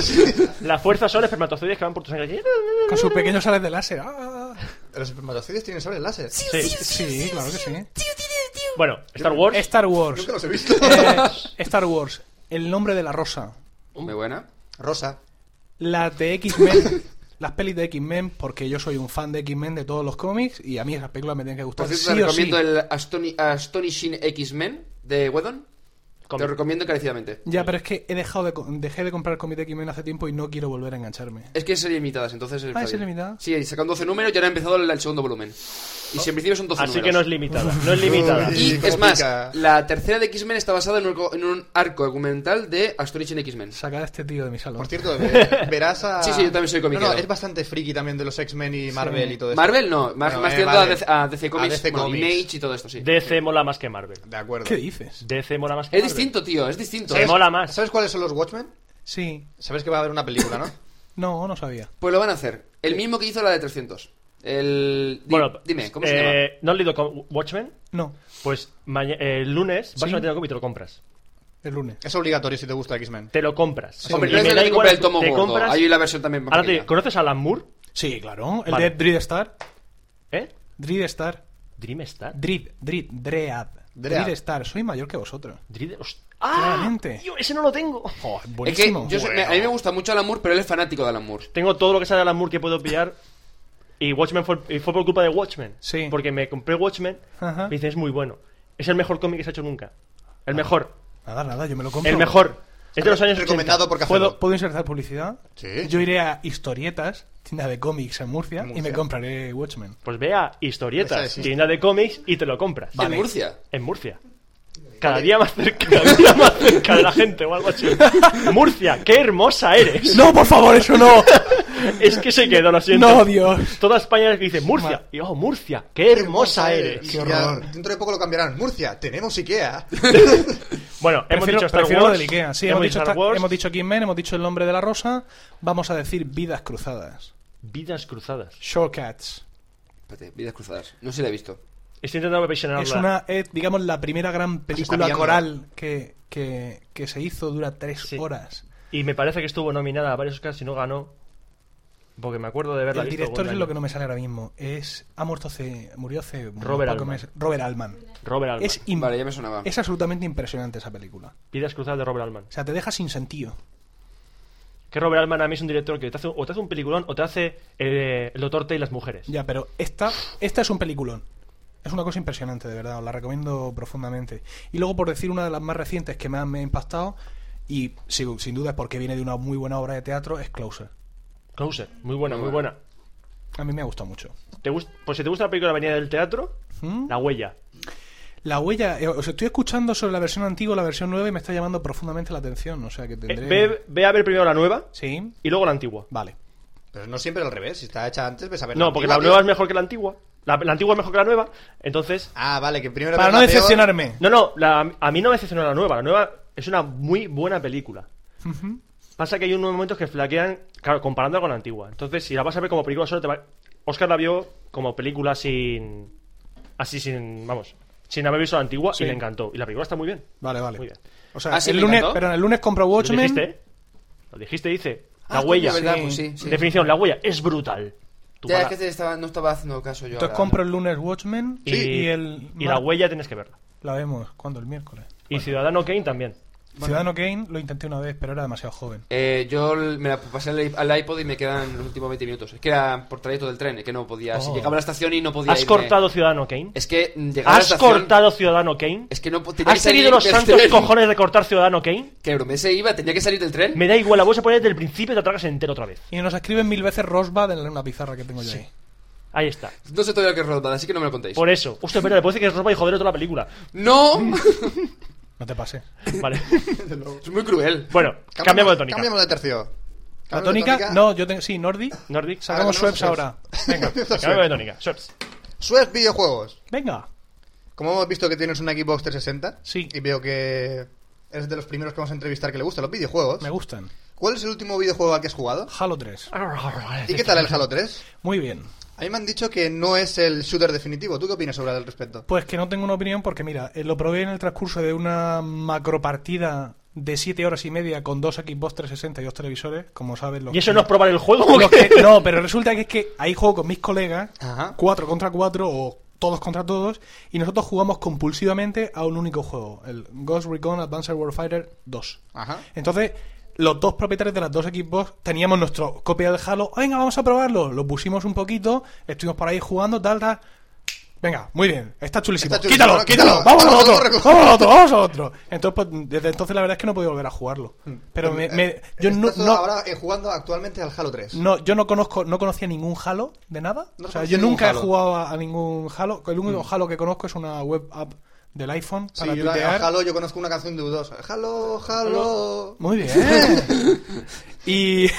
La fuerza son espermatozoides que van por tu sangre. con sus pequeños sales de láser. ¡Ah! Los espermatozoides tienen sable láser. Sí. Sí, claro que sí. Bueno, Star Wars. Star Wars. Nunca los he visto. Star Wars, el nombre de la rosa. Muy buena. Rosa. Las de X-Men, las pelis de X-Men, porque yo soy un fan de X-Men de todos los cómics y a mí esas películas me tienen que gustar. Por cierto, sí te o sí. recomiendo el Astonishing X-Men de Whedon. Te lo recomiendo encarecidamente. Ya, pero es que dejé de comprar cómics de X-Men hace tiempo y no quiero volver a engancharme. Es que es serie limitadas, entonces... está ¿es bien. limitada? Sí, sacan 12 números y ahora ha empezado el segundo volumen. Y si en principio son 12 Así números. que no es limitada. No es limitada. Y ¿Cómo es más, pica? la tercera de X-Men está basada en un arco argumental de Astonishing X-Men. Sacar a este tío de mi salón. Por cierto, verás a... Sí, sí, yo también soy comiquero. No, es bastante friki también de los X-Men y Marvel y todo eso. Marvel no, más Bueno, tirando vale. a DC Comics, A DC bueno, Comics. Image y todo esto, sí. DC mola más que Marvel. De acuerdo. ¿Qué dices? DC mola más que Es Marvel. distinto, tío, es distinto. Se mola más. ¿Sabes cuáles son los Watchmen? Sí. Sabes que va a haber una película, ¿no? No sabía. Pues lo van a hacer. El mismo que hizo la de 300. Bueno, Dime, ¿cómo se llama? ¿No has leído Watchmen? No, Pues el lunes vas Sí. a una tienda de cómic y te lo compras. el lunes. Es obligatorio si te gusta X-Men. Te lo compras. Hombre, Y no es me el da que igual, compra el tomo te gordo. compras. Hay la versión también más Ahora pequeña. ¿conoces a Alan Moore? Sí, claro. El Vale. de Dread Star. ¿Eh? Dread Star. Dreamstar. Dread. Dread Star. Soy mayor que vosotros. ¡Ah! Claramente. Tío, ese no lo tengo. Oh, Es que buenísimo. a mí me gusta mucho Alan Moore, pero él es fanático de Alan Moore. Tengo todo lo que sale de Alan Moore que puedo pillar. Y Watchmen fue por culpa de Watchmen. Sí. Porque me compré Watchmen. Ajá. Me dice, es muy bueno. Es el mejor cómic que se ha hecho nunca. El mejor. Nada, yo me lo compro. El mejor. Es de los años 80. Recomendado por Café Lock. ¿Puedo insertar publicidad? Sí. Yo iré a Historietas, tienda de cómics en Murcia, y me compraré Watchmen. Pues ve a Esa Historietas, existe. tienda de cómics y te lo compras. En Murcia. En Murcia. Cada día más cerca de la gente o algo así. Murcia, qué hermosa eres. ¡No, por favor, eso no! Es que se quedó, lo siento. ¡No, Dios! Toda España dice Murcia. Y oh, Murcia, qué hermosa eres. Qué Ya, horror. dentro de poco lo cambiarán. Murcia, tenemos Ikea. Bueno, hemos dicho Star prefiero Wars. lo del Ikea. Sí, hemos hemos dicho dicho, Star Wars. hemos dicho X-Men, hemos dicho el nombre de la rosa. Vamos a decir vidas cruzadas. Vidas cruzadas. Shortcuts. Espérate, Vidas Cruzadas. No sé si la he visto. Estoy intentando visionarla. Es digamos, la primera gran película pillando. coral que se hizo, dura 3 Sí. horas. Y me parece que estuvo nominada a varios Oscars y no ganó. Porque me acuerdo de verla. El visto director es algún lo año. que no me sale ahora mismo. Murió hace Robert pocos Altman. meses. Robert Altman. Robert Altman. Vale, ya me sonaba. Es absolutamente impresionante esa película. Vidas cruzadas de Robert Altman. O sea, te deja sin sentido. Que Robert Altman a mí es un director que o te hace un peliculón o te hace el Doctor T y las mujeres. Ya, pero esta es un peliculón. Es una cosa impresionante, de verdad. Os la recomiendo profundamente. Y luego, por decir una de las más recientes que me ha impactado, y sin duda es porque viene de una muy buena obra de teatro, es Closer. Closer, muy buena, muy buena. A mí me ha gustado mucho. Pues si te gusta la película Venida del Teatro, ¿Mm? La Huella. La huella, os estoy escuchando sobre la versión antigua, la versión nueva, y me está llamando profundamente la atención. O sea que tendré. Ve a ver primero la nueva Sí, y luego la antigua. vale. Pero no siempre al revés. Si está hecha antes, ves a ver. No, porque la antigua, nueva es tío. mejor que la antigua. La antigua es mejor que la nueva. Entonces. Ah, vale, que primero Para ves no la peor. decepcionarme. No, a mí no me decepcionó la nueva. La nueva es una muy buena película. Pasa que hay unos momentos que flaquean, claro, comparándola con la antigua. Entonces, si la vas a ver como película solo, Oscar la vio como película sin haber visto la antigua Sí. y le encantó. Y la película está muy bien. Vale. Muy bien. O sea, Ah, sí, el me lunes, encantó. pero el lunes compro ¿Lo Watchmen. dijiste? Lo dijiste, dice. La Ah, huella. coño, ¿verdad? Sí. Pues sí, sí. Definición, la huella es brutal. Tu Ya, pala- es que no estaba haciendo caso yo. Entonces ahora. compro el lunes Watchmen y la huella tienes que verla. La vemos, ¿cuándo? El miércoles. Y Ciudadano Kane también. Ciudadano Kane lo intenté una vez, pero era demasiado joven. Yo me la pasé al iPod y me quedan los últimos 20 minutos. Es que era por trayecto del tren, que no podía. Si Oh. llegaba a la estación y no podía. ¿Has irme. cortado Ciudadano Kane? Es que llegaba a la ¿Has estación. cortado Ciudadano Kane? Es que no tenía ¿Has que salir tenido los del santos tren. cojones de cortar Ciudadano Kane? Que Euromés se iba, tenía que salir del tren. Me da igual, la voy a poner desde el principio y te la tragas entero otra vez. Y nos escriben 1000 veces Rosbud en una pizarra que tengo yo ahí. Ahí está. No sé todavía qué es Roadbad, así que no me lo contéis. Por eso. Hostia, espera, le puedo decir que es ropa y joder toda la película. ¡No! No te pases. Vale. Es muy cruel. Bueno, cambiamos de tónica. Cambiamos de tercio. ¿La Cambiamos de tónica? No, yo tengo... Sí, Nordic. Nordic. Sacamos Ahora Sweps tenemos ahora. Venga. Cambiamos de tónica. Sweps. Swept videojuegos. Venga. Como hemos visto que tienes una Xbox 360, Sí. y veo que eres de los primeros que vamos a entrevistar que le gustan los videojuegos, Me gustan. ¿cuál es el último videojuego al que has jugado? Halo 3. ¿Y qué tal el Halo 3? Muy bien. A mí me han dicho que no es el shooter definitivo. ¿Tú qué opinas sobre el respecto? Pues que no tengo una opinión porque, mira, lo probé en el transcurso de una macropartida de 7 horas y media con 2 Xbox 360 y 2 televisores, como sabes. ¿Y eso no es probar el juego? ¿O qué? No, pero resulta que es que ahí juego con mis colegas, Ajá. 4 contra 4 o todos contra todos, y nosotros jugamos compulsivamente a un único juego, el Ghost Recon Advanced Warfighter 2. Ajá. Entonces, los dos propietarios de las dos Xbox teníamos nuestra copia del Halo. Venga, vamos a probarlo. Lo pusimos un poquito, estuvimos por ahí jugando, tal. Venga, muy bien, está chulísimo. Está chulísimo, Quítalo. Vamos a otro. Entonces, pues, desde entonces la verdad es que no he podido volver a jugarlo. Pero yo Estás no, ahora jugando actualmente al Halo 3. no, yo no conocía ningún Halo de nada. No O sea, conocía yo ningún nunca he Halo. jugado a ningún Halo. El único Halo que conozco es una web app del iPhone Sí, para yo tuitear. al Halo yo conozco una canción de U2. Halo. Muy bien. Y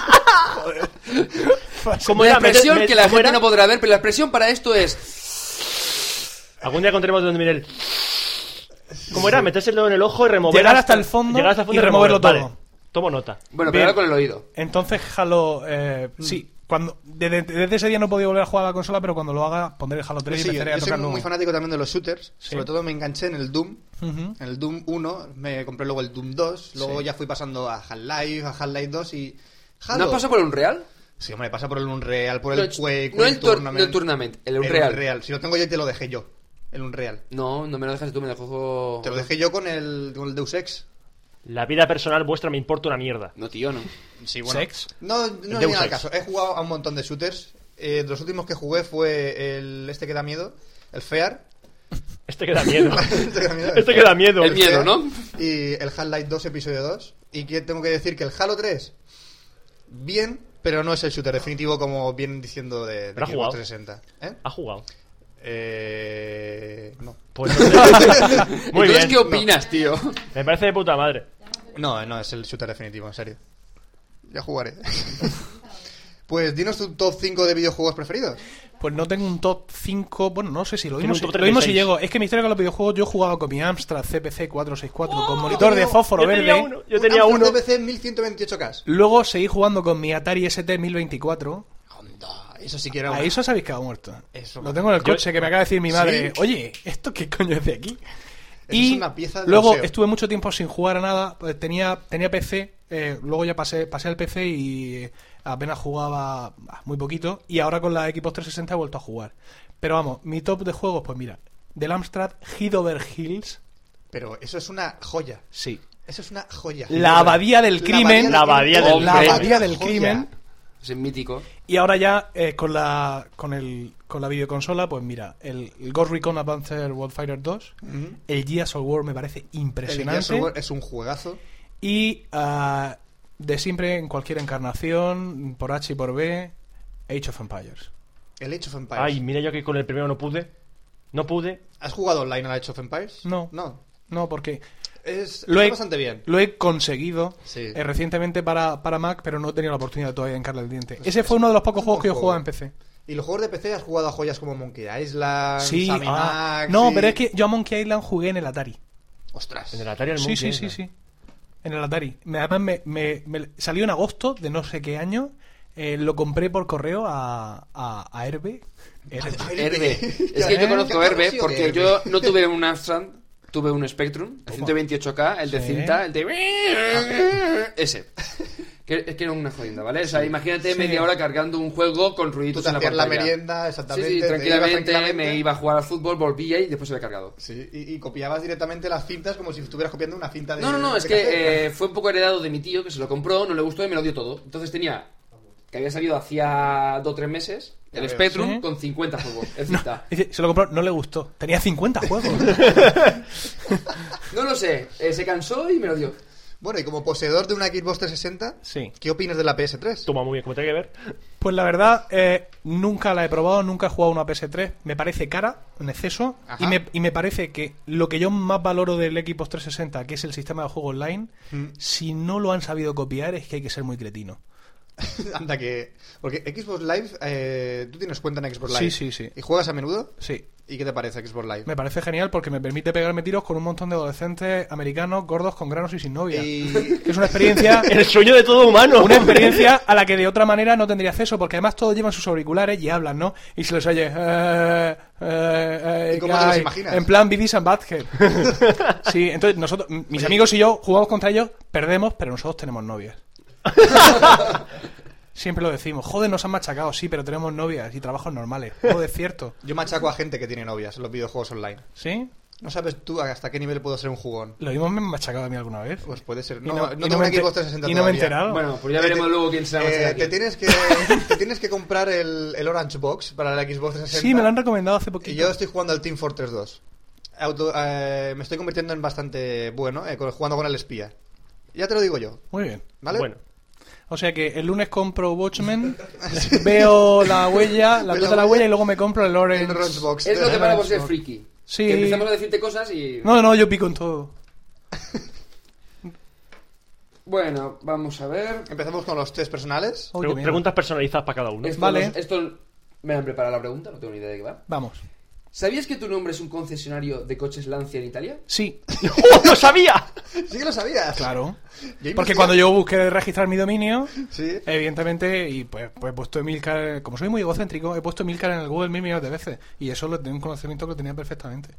¿Cómo La era? expresión que la ¿cómo gente era? no podrá ver, pero la expresión para esto es... Algún día contaremos de dónde viene el... ¿Cómo era? Meterse el dedo en el ojo y remover... Llegar hasta el fondo llegar hasta el fondo y removerlo todo. Vale. Tomo nota. Bueno, Bien. pero ahora con el oído. entonces Halo, sí. Desde ese día no he podido volver a jugar a la consola, pero cuando lo haga pondré el Halo 3 Sí, y empezaré a yo soy tocar muy nuevo. fanático también de los shooters. Sí. Sobre todo me enganché en el Doom. Ujú. En el Doom 1, me compré luego el Doom 2. Luego ya fui pasando a Half-Life, a Half-Life 2 y... Halo. ¿No has pasado por el Unreal? Sí, hombre, pasa por el Unreal, por el Quake, no el Tournament. no el Tournament, el Unreal. Unreal. Si lo tengo yo y te lo dejé yo. El Unreal. No me lo dejas tú, me lo juego... Te lo dejé yo con el Deus Ex. La vida personal vuestra me importa una mierda. No, tío, no. Sí, bueno. ¿Sex? No Deus viene al Ex. caso. He jugado a un montón de shooters. De los últimos que jugué fue el que da miedo, el Fear. Este que da miedo. Este que da miedo. Este que da miedo. El miedo, ¿no? Y el Half-Life 2 episodio 2. Y que tengo que decir que el Halo 3, bien, pero no es el shooter definitivo como vienen diciendo de ¿Pero ha Xbox jugado? 360. ¿Eh? ¿Ha jugado? No. Pues no sé. Muy Entonces, bien. ¿qué opinas, tío? Me parece de puta madre. No es el shooter definitivo, en serio. Ya jugaré. Pues dinos tu top 5 de videojuegos preferidos. Pues no tengo un top 5. Bueno, no sé si lo Tiene mismo, un top lo mismo si 36. llego. Es que mi historia con los videojuegos, yo he jugado con mi Amstrad CPC 464 con monitor de fósforo Yo tenía verde. uno. Yo tenía uno. CPC 1128K. Luego seguí jugando con mi Atari ST 1024. Onda, eso sí que era A una- eso se habéis quedado muerto. Eso, Lo tengo en el yo- coche que me acaba de decir mi madre. ¿Sí? Oye, ¿esto qué coño es de aquí? Eso Y es una pieza de luego museo. estuve mucho tiempo sin jugar a nada. Pues tenía PC. Luego ya pasé al PC y apenas jugaba muy poquito. Y ahora con la Xbox 360 he vuelto a jugar. Pero vamos, mi top de juegos, pues mira, del Amstrad Head Over Heels. Pero eso es una joya. Sí. Eso es una joya. La abadía del crimen. La abadía del La crimen. abadía del Joya. crimen. Es mítico. Y ahora ya con la videoconsola, pues mira, el Ghost Recon Advanced Warfighter 2, Ujú. el Gears of War me parece El impresionante. Gears of War es un juegazo. Y de siempre, en cualquier encarnación, por H y por B, Age of Empires. El Age of Empires. Ay, mira yo que con el primero no pude. No pude. ¿Has jugado online al Age of Empires? No. No. No, porque Está lo he, bastante bien. lo he conseguido Sí. recientemente para Mac, pero no he tenido la oportunidad todavía de hincarle el diente. Ese fue uno de los pocos es un juegos que yo buen jugaba en juego. PC. Y los juegos de PC has jugado a joyas como Monkey Island, Sí, Sammy Max. no, y- pero es que yo a Monkey Island jugué en el Atari. Ostras. En el Atari al Sí, Monkey sí, sí, Island. sí. En el Atari. Además, me salió en agosto de no sé qué año. Lo compré por correo a Herbe. Herbe. Es que yo conozco Herbe porque yo no tuve un Amstrad, tuve un Spectrum, el 128K, el de Sí. cinta, el de... Ese. Es que era una jodienda, ¿vale? O sea, imagínate Sí. media hora cargando un juego con Tú ruiditos te en la hacías la pantalla. merienda, Sí, exactamente. sí, te ibas tranquilamente, me iba a jugar al fútbol, volvía y después se había cargado. Sí, y copiabas directamente las cintas como si estuvieras copiando una cinta de... No, es de cassette. que fue un poco heredado de mi tío, que se lo compró, no le gustó y me lo dio todo. Entonces tenía, que había salido hacía 2 o 3 meses, Ya el veo. Spectrum Sí. con 50 juegos, en cinta. Dice, se lo compró, no le gustó. Tenía 50 juegos. No lo sé, se cansó y me lo dio. Bueno, y como poseedor de una Xbox 360, Sí. ¿qué opinas de la PS3? Toma muy bien, como tiene que ver. Pues la verdad, nunca la he probado, nunca he jugado una PS3. Me parece cara, en exceso. Ajá. Y me parece que lo que yo más valoro del Xbox 360, que es el sistema de juego online, si no lo han sabido copiar, es que hay que ser muy cretino. Anda que... Porque Xbox Live, tú tienes cuenta en Xbox Live. Sí. ¿Y juegas a menudo? Sí. ¿Y qué te parece Xbox Live? Me parece genial porque me permite pegarme tiros con un montón de adolescentes americanos, gordos, con granos y sin novia. Y... Que es una experiencia... El sueño de todo humano. Una experiencia a la que de otra manera no tendría acceso, porque además todos llevan sus auriculares y hablan, ¿no? Y se les oye... ¿Y cómo te los imaginas? En plan Beavis and Butthead. Sí, entonces nosotros, mis amigos y yo jugamos contra ellos, perdemos, pero nosotros tenemos novias. Siempre lo decimos. Joder, nos han machacado, sí, pero tenemos novias y trabajos normales. Joder, es cierto. Yo machaco a gente que tiene novias en los videojuegos online. ¿Sí? ¿No sabes tú hasta qué nivel puedo ser un jugón? ¿Lo mismo me han machacado a mí alguna vez? Pues puede ser. Y No, y tengo me una Xbox 360 y no me he todavía. enterado. Bueno, pues ya veremos luego quién se la va a Te tienes que comprar el Orange Box para la Xbox 360. Sí, me lo han recomendado hace Y poquito. yo estoy jugando al Team Fortress 2. Me estoy convirtiendo en bastante bueno jugando con el espía. Ya te lo digo yo, Muy bien. ¿vale? Bueno, O sea que el lunes compro Watchmen, veo la huella, la ruta de la huella y luego me compro el Orange. El Orange Box. Es lo que El para por Orange ser Box. friki. Sí. Que empezamos a decirte cosas y... No, yo pico en todo. Bueno, vamos a ver. Empezamos con los test personales. Uy, qué miedo. preguntas personalizadas para cada uno. Vale. Esto me han preparado la pregunta, no tengo ni idea de qué va. Vamos. ¿Sabías que tu nombre es un concesionario de coches Lancia en Italia? Sí, ¡Oh, ¡lo sabía! Sí que lo sabías. claro. Yo Porque investigué- cuando yo busqué registrar mi dominio, Sí. evidentemente, y pues he puesto Emilcar, como soy muy egocéntrico, he puesto Emilcar en el Google mil millones de veces. Y eso lo tengo un conocimiento que lo tenía perfectamente.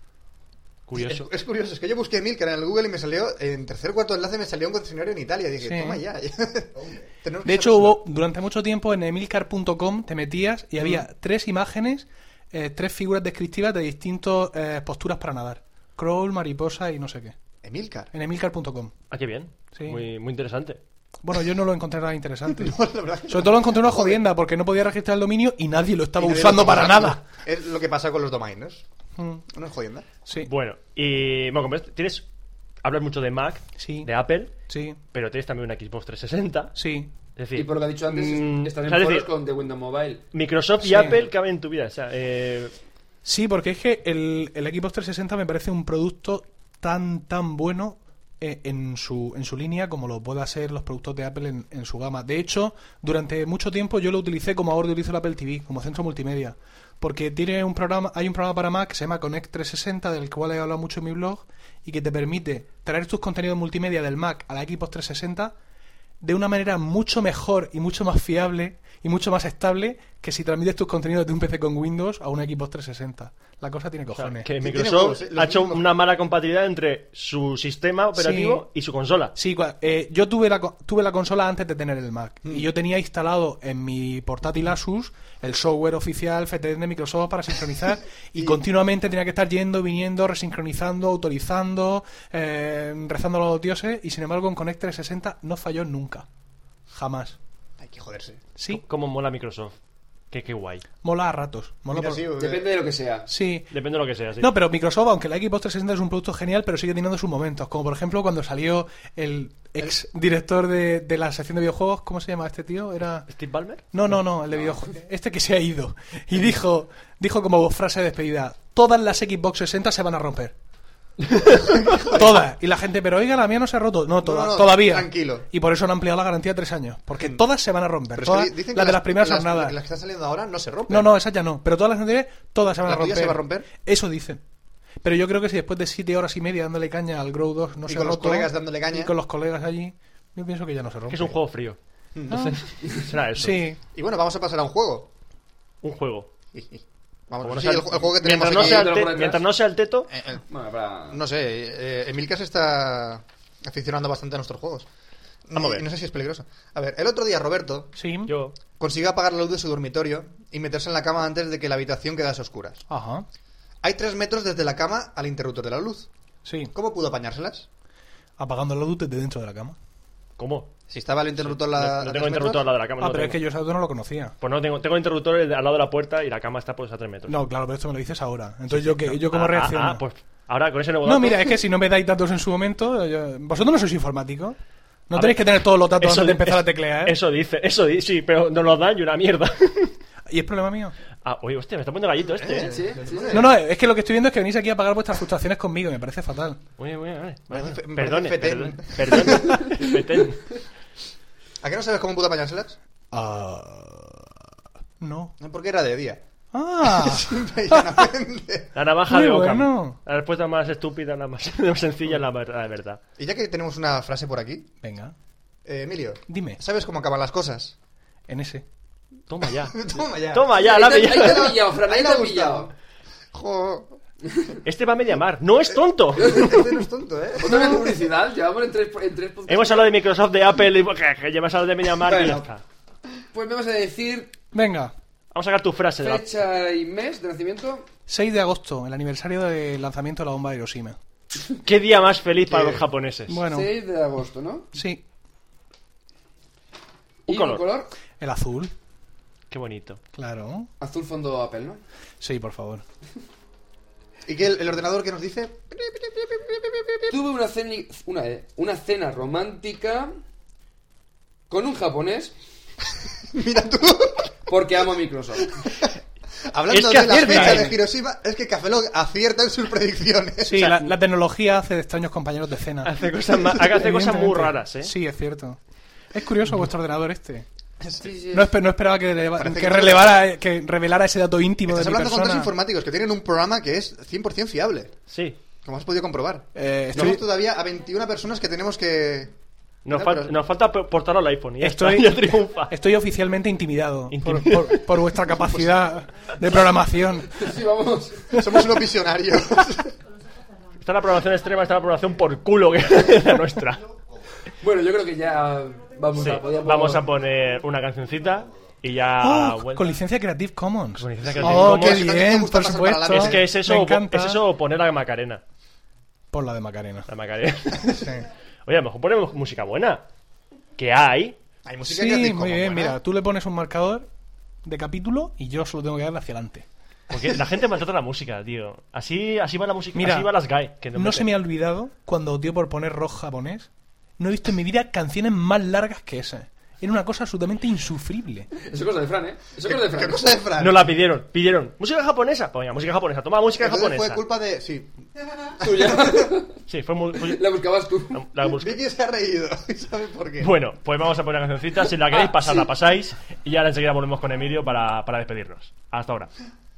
Curioso. Es curioso, es que yo busqué Milker en el Google y me salió, en tercer o cuarto enlace me salió un concesionario en Italia. Y dije, Sí. toma ya. Tenemos que De hecho, saber- hubo durante mucho tiempo en emilcar.com te metías y había 3 imágenes, 3 figuras descriptivas de distintas posturas para nadar. Crawl, mariposa y no sé qué. Emilcar. En emilcar.com. Ah, qué bien. Sí. Muy, muy interesante. Bueno, yo no lo encontré nada interesante. No, la verdad que Sobre todo lo encontré una jodienda porque no podía registrar el dominio y nadie lo estaba Y nadie usando lo para está nada. usando. Es lo que pasa con los domainers. Mm, No es jodienda. Sí, Bueno, y bueno, como tienes, hablas mucho de Mac, Sí. de Apple, sí, pero tienes también una Xbox 360. sí. Es decir, Y por lo que ha dicho antes, estás o en sea, es foros decir, con The Windows Mobile. Microsoft y Sí. Apple caben en tu vida. O sea, Sí, porque es que el Xbox 360 me parece un producto tan bueno en su línea como lo pueda ser los productos de Apple en su gama. De hecho, durante mucho tiempo yo lo utilicé como ahora utilizo el Apple TV, como centro multimedia. Porque hay un programa para Mac que se llama Connect 360, del cual he hablado mucho en mi blog, y que te permite traer tus contenidos multimedia del Mac a la Xbox 360 de una manera mucho mejor y mucho más fiable y mucho más estable que si transmites tus contenidos de un PC con Windows a una Xbox 360. La cosa tiene o sea, cojones. que tiene Microsoft juegos, los ha hecho mismos. una mala compatibilidad entre su sistema operativo y su consola. Sí, yo tuve la consola antes de tener el Mac y yo tenía instalado en mi portátil Asus el software oficial FTN de Microsoft para sincronizar y continuamente tenía que estar yendo, viniendo, resincronizando, autorizando, rezando a los dioses y sin embargo en Connect 360 no falló nunca. Jamás. Hay que joderse. Sí, Como mola Microsoft. Qué guay. mola a ratos. Mola Mira, por- sí, Depende de lo que sea. Sí. Depende de lo que sea, sí. No, pero Microsoft, aunque la Xbox 360 es un producto genial, pero sigue teniendo sus momentos. Como por ejemplo cuando salió el ex director de la sección de videojuegos, ¿cómo se llama este tío? Era... ¿Steve Ballmer? No, el de videojuegos. Este que se ha ido. Y dijo como frase de despedida, todas las Xbox 60 se van a romper. Todas. Y la gente, pero oiga, la mía no se ha roto. No, No, todavía. tranquilo. Y por eso han ampliado la garantía a 3 años. Porque todas se van a romper. Pero es Todas, que dicen que las de las primeras las jornadas. que están saliendo ahora no se rompen. No, esas ya no. Pero todas las anteriores, todas se van a ¿La tuya romper. se va a romper? Eso dicen. Pero yo creo que si después de 7 horas y media dándole caña al Grow 2 no Y se con ha los roto, colegas dándole caña. y con los colegas allí, yo pienso que ya no se rompe. Que es un juego frío. Entonces, será eso. Sí. Y bueno, vamos a pasar a un juego. Un juego. Vamos, Bueno, sí, o sea, el juego que tenemos mientras, no aquí. sea te lo el pones mientras atrás. no sea el teto, Bueno, para... No sé, Emilcar se está aficionando bastante a nuestros juegos. Vamos a ver. Y no sé si es peligroso. A ver, el otro día Roberto Sí. yo... consiguió apagar la luz de su dormitorio y meterse en la cama antes de que la habitación quedase a oscuras. Ajá. Hay 3 metros desde la cama al interruptor de la luz. Sí. ¿Cómo pudo apañárselas? Apagando la luz desde dentro de la cama. ¿Cómo? Si estaba el interruptor No, a no 3 tengo interruptor al metros. lado de la cama. Ah, no pero tengo. es que yo ese dato no lo conocía. Pues no tengo el interruptor al lado de la puerta y la cama está pues a 3 metros. No, claro, pero esto me lo dices ahora. Entonces, ¿yo como reacciono? Pues Ahora, con ese nuevo No, dato... mira, es que si no me dais datos en su momento... Vosotros no sois informáticos. No tenéis que tener todos los datos antes de empezar a teclear, ¿eh? Eso dice, sí, pero nos los dan y una mierda. ¿Y es problema mío? Oye, hostia, me está poniendo gallito este, ¿eh? Sí. No, es que lo que estoy viendo es que venís aquí a pagar vuestras frustraciones conmigo. Me parece fatal. Vale. Me Perdone, parece fetén. perdone. Fetén. ¿A qué no sabes cómo puta apañárselas? No. No, porque era de día. La navaja Muy de Occam. bueno. La respuesta más estúpida, la más sencilla es la verdad. Y ya que tenemos una frase por aquí, Venga, Emilio, dime. ¿sabes cómo acaban las cosas? En ese. Toma ya. Toma ya. la Ahí pillado. te he pillado, Fran, ahí Ahí te me ha he pillado. Jo. Este va a media mar. No es tonto. Este no es tonto, ¿eh? Otra vez publicidad, llevamos en tres podcasts. Hemos hablado de Microsoft, de Apple, y que llevas hablado de media mar y ya Bueno. está. Pues me vas a decir Venga. Vamos a sacar tu frase. fecha y mes de nacimiento. 6 de agosto, el aniversario del lanzamiento de la bomba de Hiroshima. ¿Qué día más feliz para los japoneses? Bueno, 6 de agosto, ¿no? sí. Un ¿Y color. un color? El azul. Qué bonito. Claro. Azul fondo Apple, ¿no? Sí, por favor. ¿Y qué el ordenador que nos dice? Tuve una cena romántica con un japonés Mira tú. porque amo a Microsoft. Hablando Es que de la acierta, fecha ¿eh? de Hiroshima, es que Café Lock acierta en sus predicciones. Sí, la tecnología hace de extraños compañeros de cena. Hace cosas muy Evidentemente. raras, ¿eh? Sí, es cierto. Es curioso vuestro ordenador este. Sí. No esperaba que Parece que revelara ese dato íntimo Estás de mi hablando con tres persona. informáticos que tienen un programa que es 100% fiable. Sí. Como has podido comprobar. Estoy- Somos todavía a 21 personas que tenemos que... Nos, Pero- nos falta portarlo al iPhone y ya Estoy- está, ya triunfa. Estoy oficialmente intimidado por vuestra capacidad de programación. Sí, vamos. Somos unos visionarios. Está la programación extrema, está la programación por culo que es la nuestra. Bueno, yo creo que ya vamos Sí, podíamos- vamos a poner una cancioncita y ya... Oh, vuelta. con licencia Creative Commons. Con licencia Creative Oh, Commons. qué Eso también me bien, gusta por pasar para supuesto. adelante. Es que es eso, Me encanta. es eso poner la Macarena. Por la de Macarena. La Macarena. Sí, Oye, a lo mejor ponemos música buena. ¿Qué hay? Hay música Sí, Creative muy Commons, bien. buena. Mira, tú le pones un marcador de capítulo y yo solo tengo que darle hacia adelante. Porque la gente maltrata la música, tío. Así va la música, Mira, así va las GAE. Que No se me ha olvidado cuando dio por poner rock japonés. No he visto en mi vida canciones más largas que esa. Era una cosa absolutamente insufrible. Eso es cosa de Fran, ¿eh? Eso es cosa de ¿Qué Fran. cosa de Fran? No la pidieron. ¿Música japonesa? Pues venga, música japonesa. Toma música Entonces japonesa. fue culpa de... Sí. Tuya. Sí, fue muy... La buscabas tú. la busqué. Vicky se ha reído. ¿Y sabe por qué? Bueno, pues vamos a poner la cancioncita. Si la queréis pasar, la pasáis. Y ahora enseguida volvemos con Emilio para despedirnos. Hasta ahora.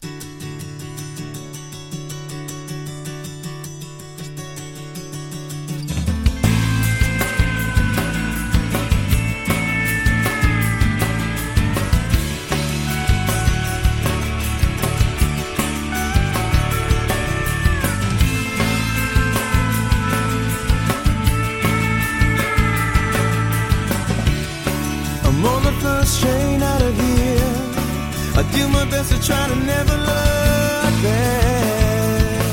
I'm on the first train out of here. I do my best to try to never look back.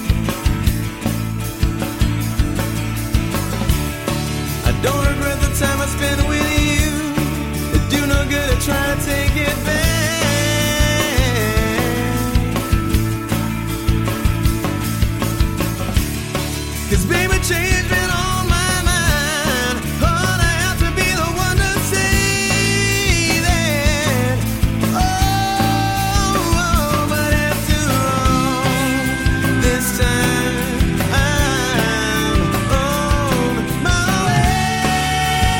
I don't regret the time I spent with you. It do no good to try to take it back. 'Cause baby, change been on my mind. But I have to be the one to say that. Oh, but after all, this time I'm on my way.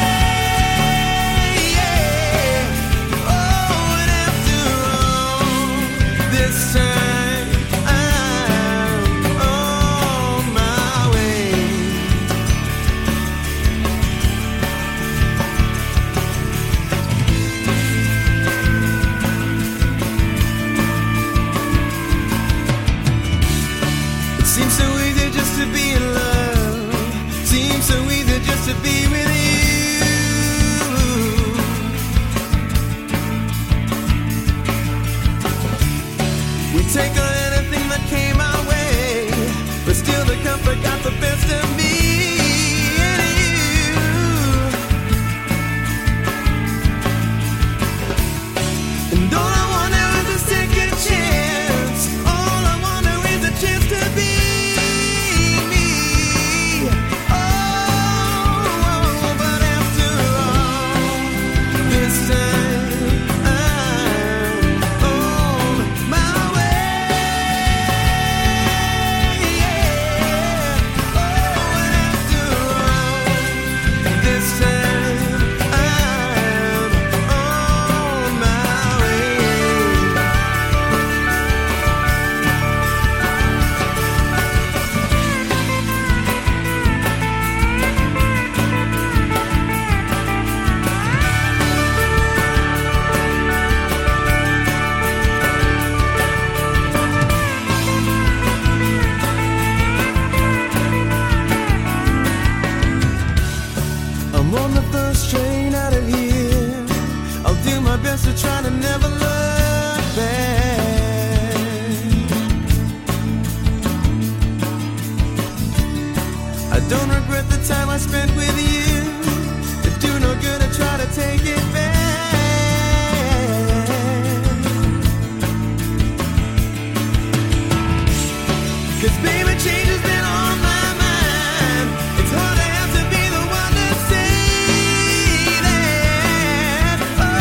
Yeah. Oh, and after all, this time I'm on my way. don't regret the time I spent with you. It do no good to try to take it back. 'Cause baby, change has been on my mind. It's hard to have to be the one to say that.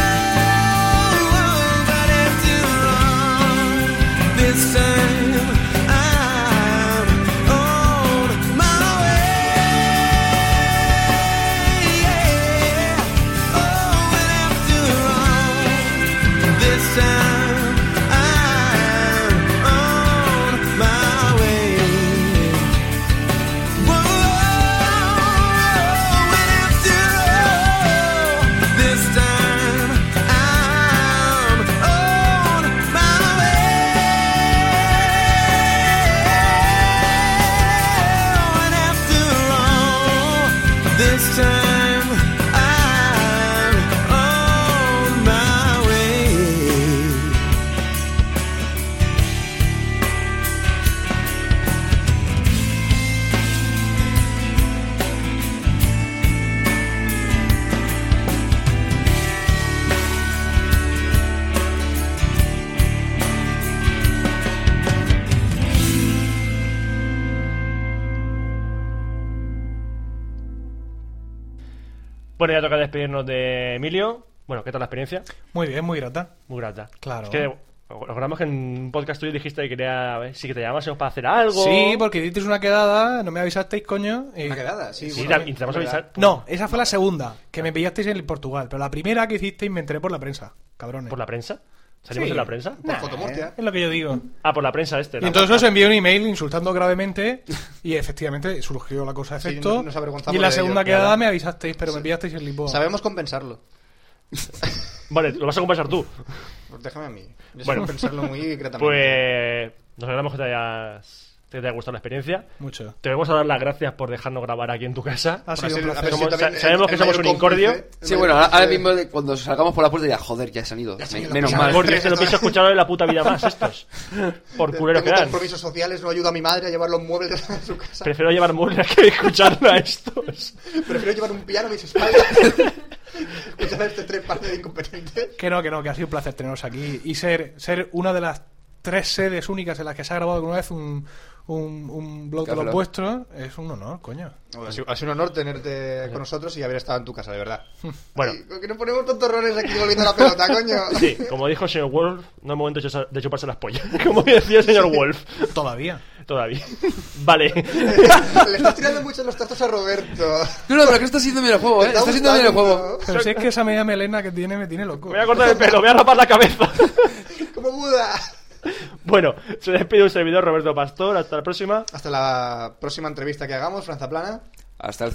Oh, but after all, this time I'm on my way. Oh, and after all, this time I'm on my way. This time I'm on my way. Bueno, ya toca despedirnos de Emilio. Bueno, ¿qué tal la experiencia? Muy bien, muy grata. Muy grata. Claro. Es que recordamos que en un podcast tuyo dijiste que quería ver si que te llamásemos para hacer algo. Sí, porque disteis una quedada, no me avisasteis, coño. y- Una quedada, sí. Sí, bueno, intentamos verdad. avisar. No, esa fue la segunda, que me pillasteis en el Portugal. Pero la primera que hicisteis me enteré por la prensa, cabrones. ¿Por la prensa? ¿Salimos Sí. en la prensa? Por Fotomortia. Es lo que yo digo. Ah, por la prensa Y entonces os envié un email insultando gravemente y efectivamente surgió la cosa de Sí, efecto. nos avergonzamos y en la de segunda ello, quedada claro. me avisasteis, pero me pillasteis en Lisboa. Sabemos compensarlo. Vale, lo vas a compensar tú. Pues déjame a mí. Yo sé Bueno. compensarlo muy discretamente. Pues nos alegramos que te haya gustado la experiencia. Mucho. Te vamos a dar las gracias por dejarnos grabar aquí en tu casa. Ha Por sido un así- a placer. ver si Somos- también sabemos que el somos mayor un incordio. cómplice, el Sí, mayor bueno, ahora cómplice. mismo cuando salgamos por la puerta dirá, joder, ya se han ido. se han ido, Menos pues, mal. Porque es que no pienso escucharlo en la puta vida más estos. Por culeros que Tengo dan. compromisos sociales, no ayudo a mi madre a llevar los muebles a su casa. Prefiero llevar muebles que escucharlo a estos. Prefiero llevar un piano a mis espaldas. Escuchar a este tres pares de incompetentes. Que no, que ha sido un placer teneros aquí y ser una de las 3 sedes únicas en las que se ha grabado alguna vez un blog de Café los Lock. vuestros. Es un honor, coño. Ha sido un honor tenerte con nosotros y haber estado en tu casa, de verdad. Bueno. Ay, ¿por qué no ponemos tontorrones aquí volviendo la pelota, coño? Sí, como dijo el señor Wolf, no es momento de chuparse las pollas. Como decía el señor Wolf. Todavía. Todavía. Vale. Le estás tirando mucho los trastos a Roberto. No, pero que está siendo bien el juego, Me Está siendo bien el juego. gustando. Pero si es que esa media melena que tiene me tiene loco. Me voy a cortar el pelo, me voy a rapar la cabeza. Como Buda. Bueno, se despide un servidor, Roberto Pastor. Hasta la próxima. Hasta la próxima entrevista que hagamos, Franza Plana. Hasta el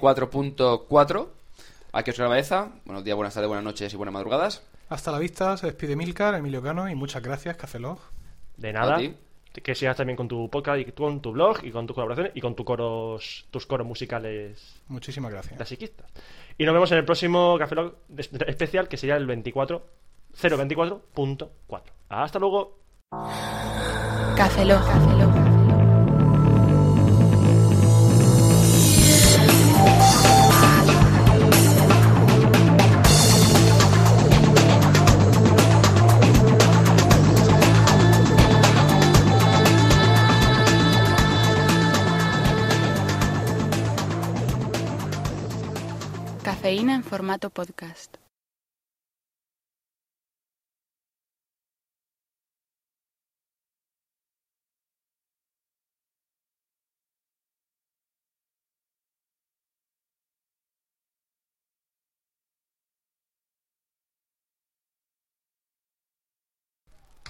024.4. Aquí os graba Eza. Buenos días, buenas tardes, buenas noches y buenas madrugadas. Hasta la vista, se despide Milcar, Emilio Cano y muchas gracias, Café Lock. De nada. A ti. Que sigas también con tu podcast y con tu blog y con tus colaboraciones y con tus coros musicales Muchísimas gracias. clasiquistas. Y nos vemos en el próximo Café Lock especial, que sería el 024.4. Hasta luego. Café Lock. Cafeína en formato podcast.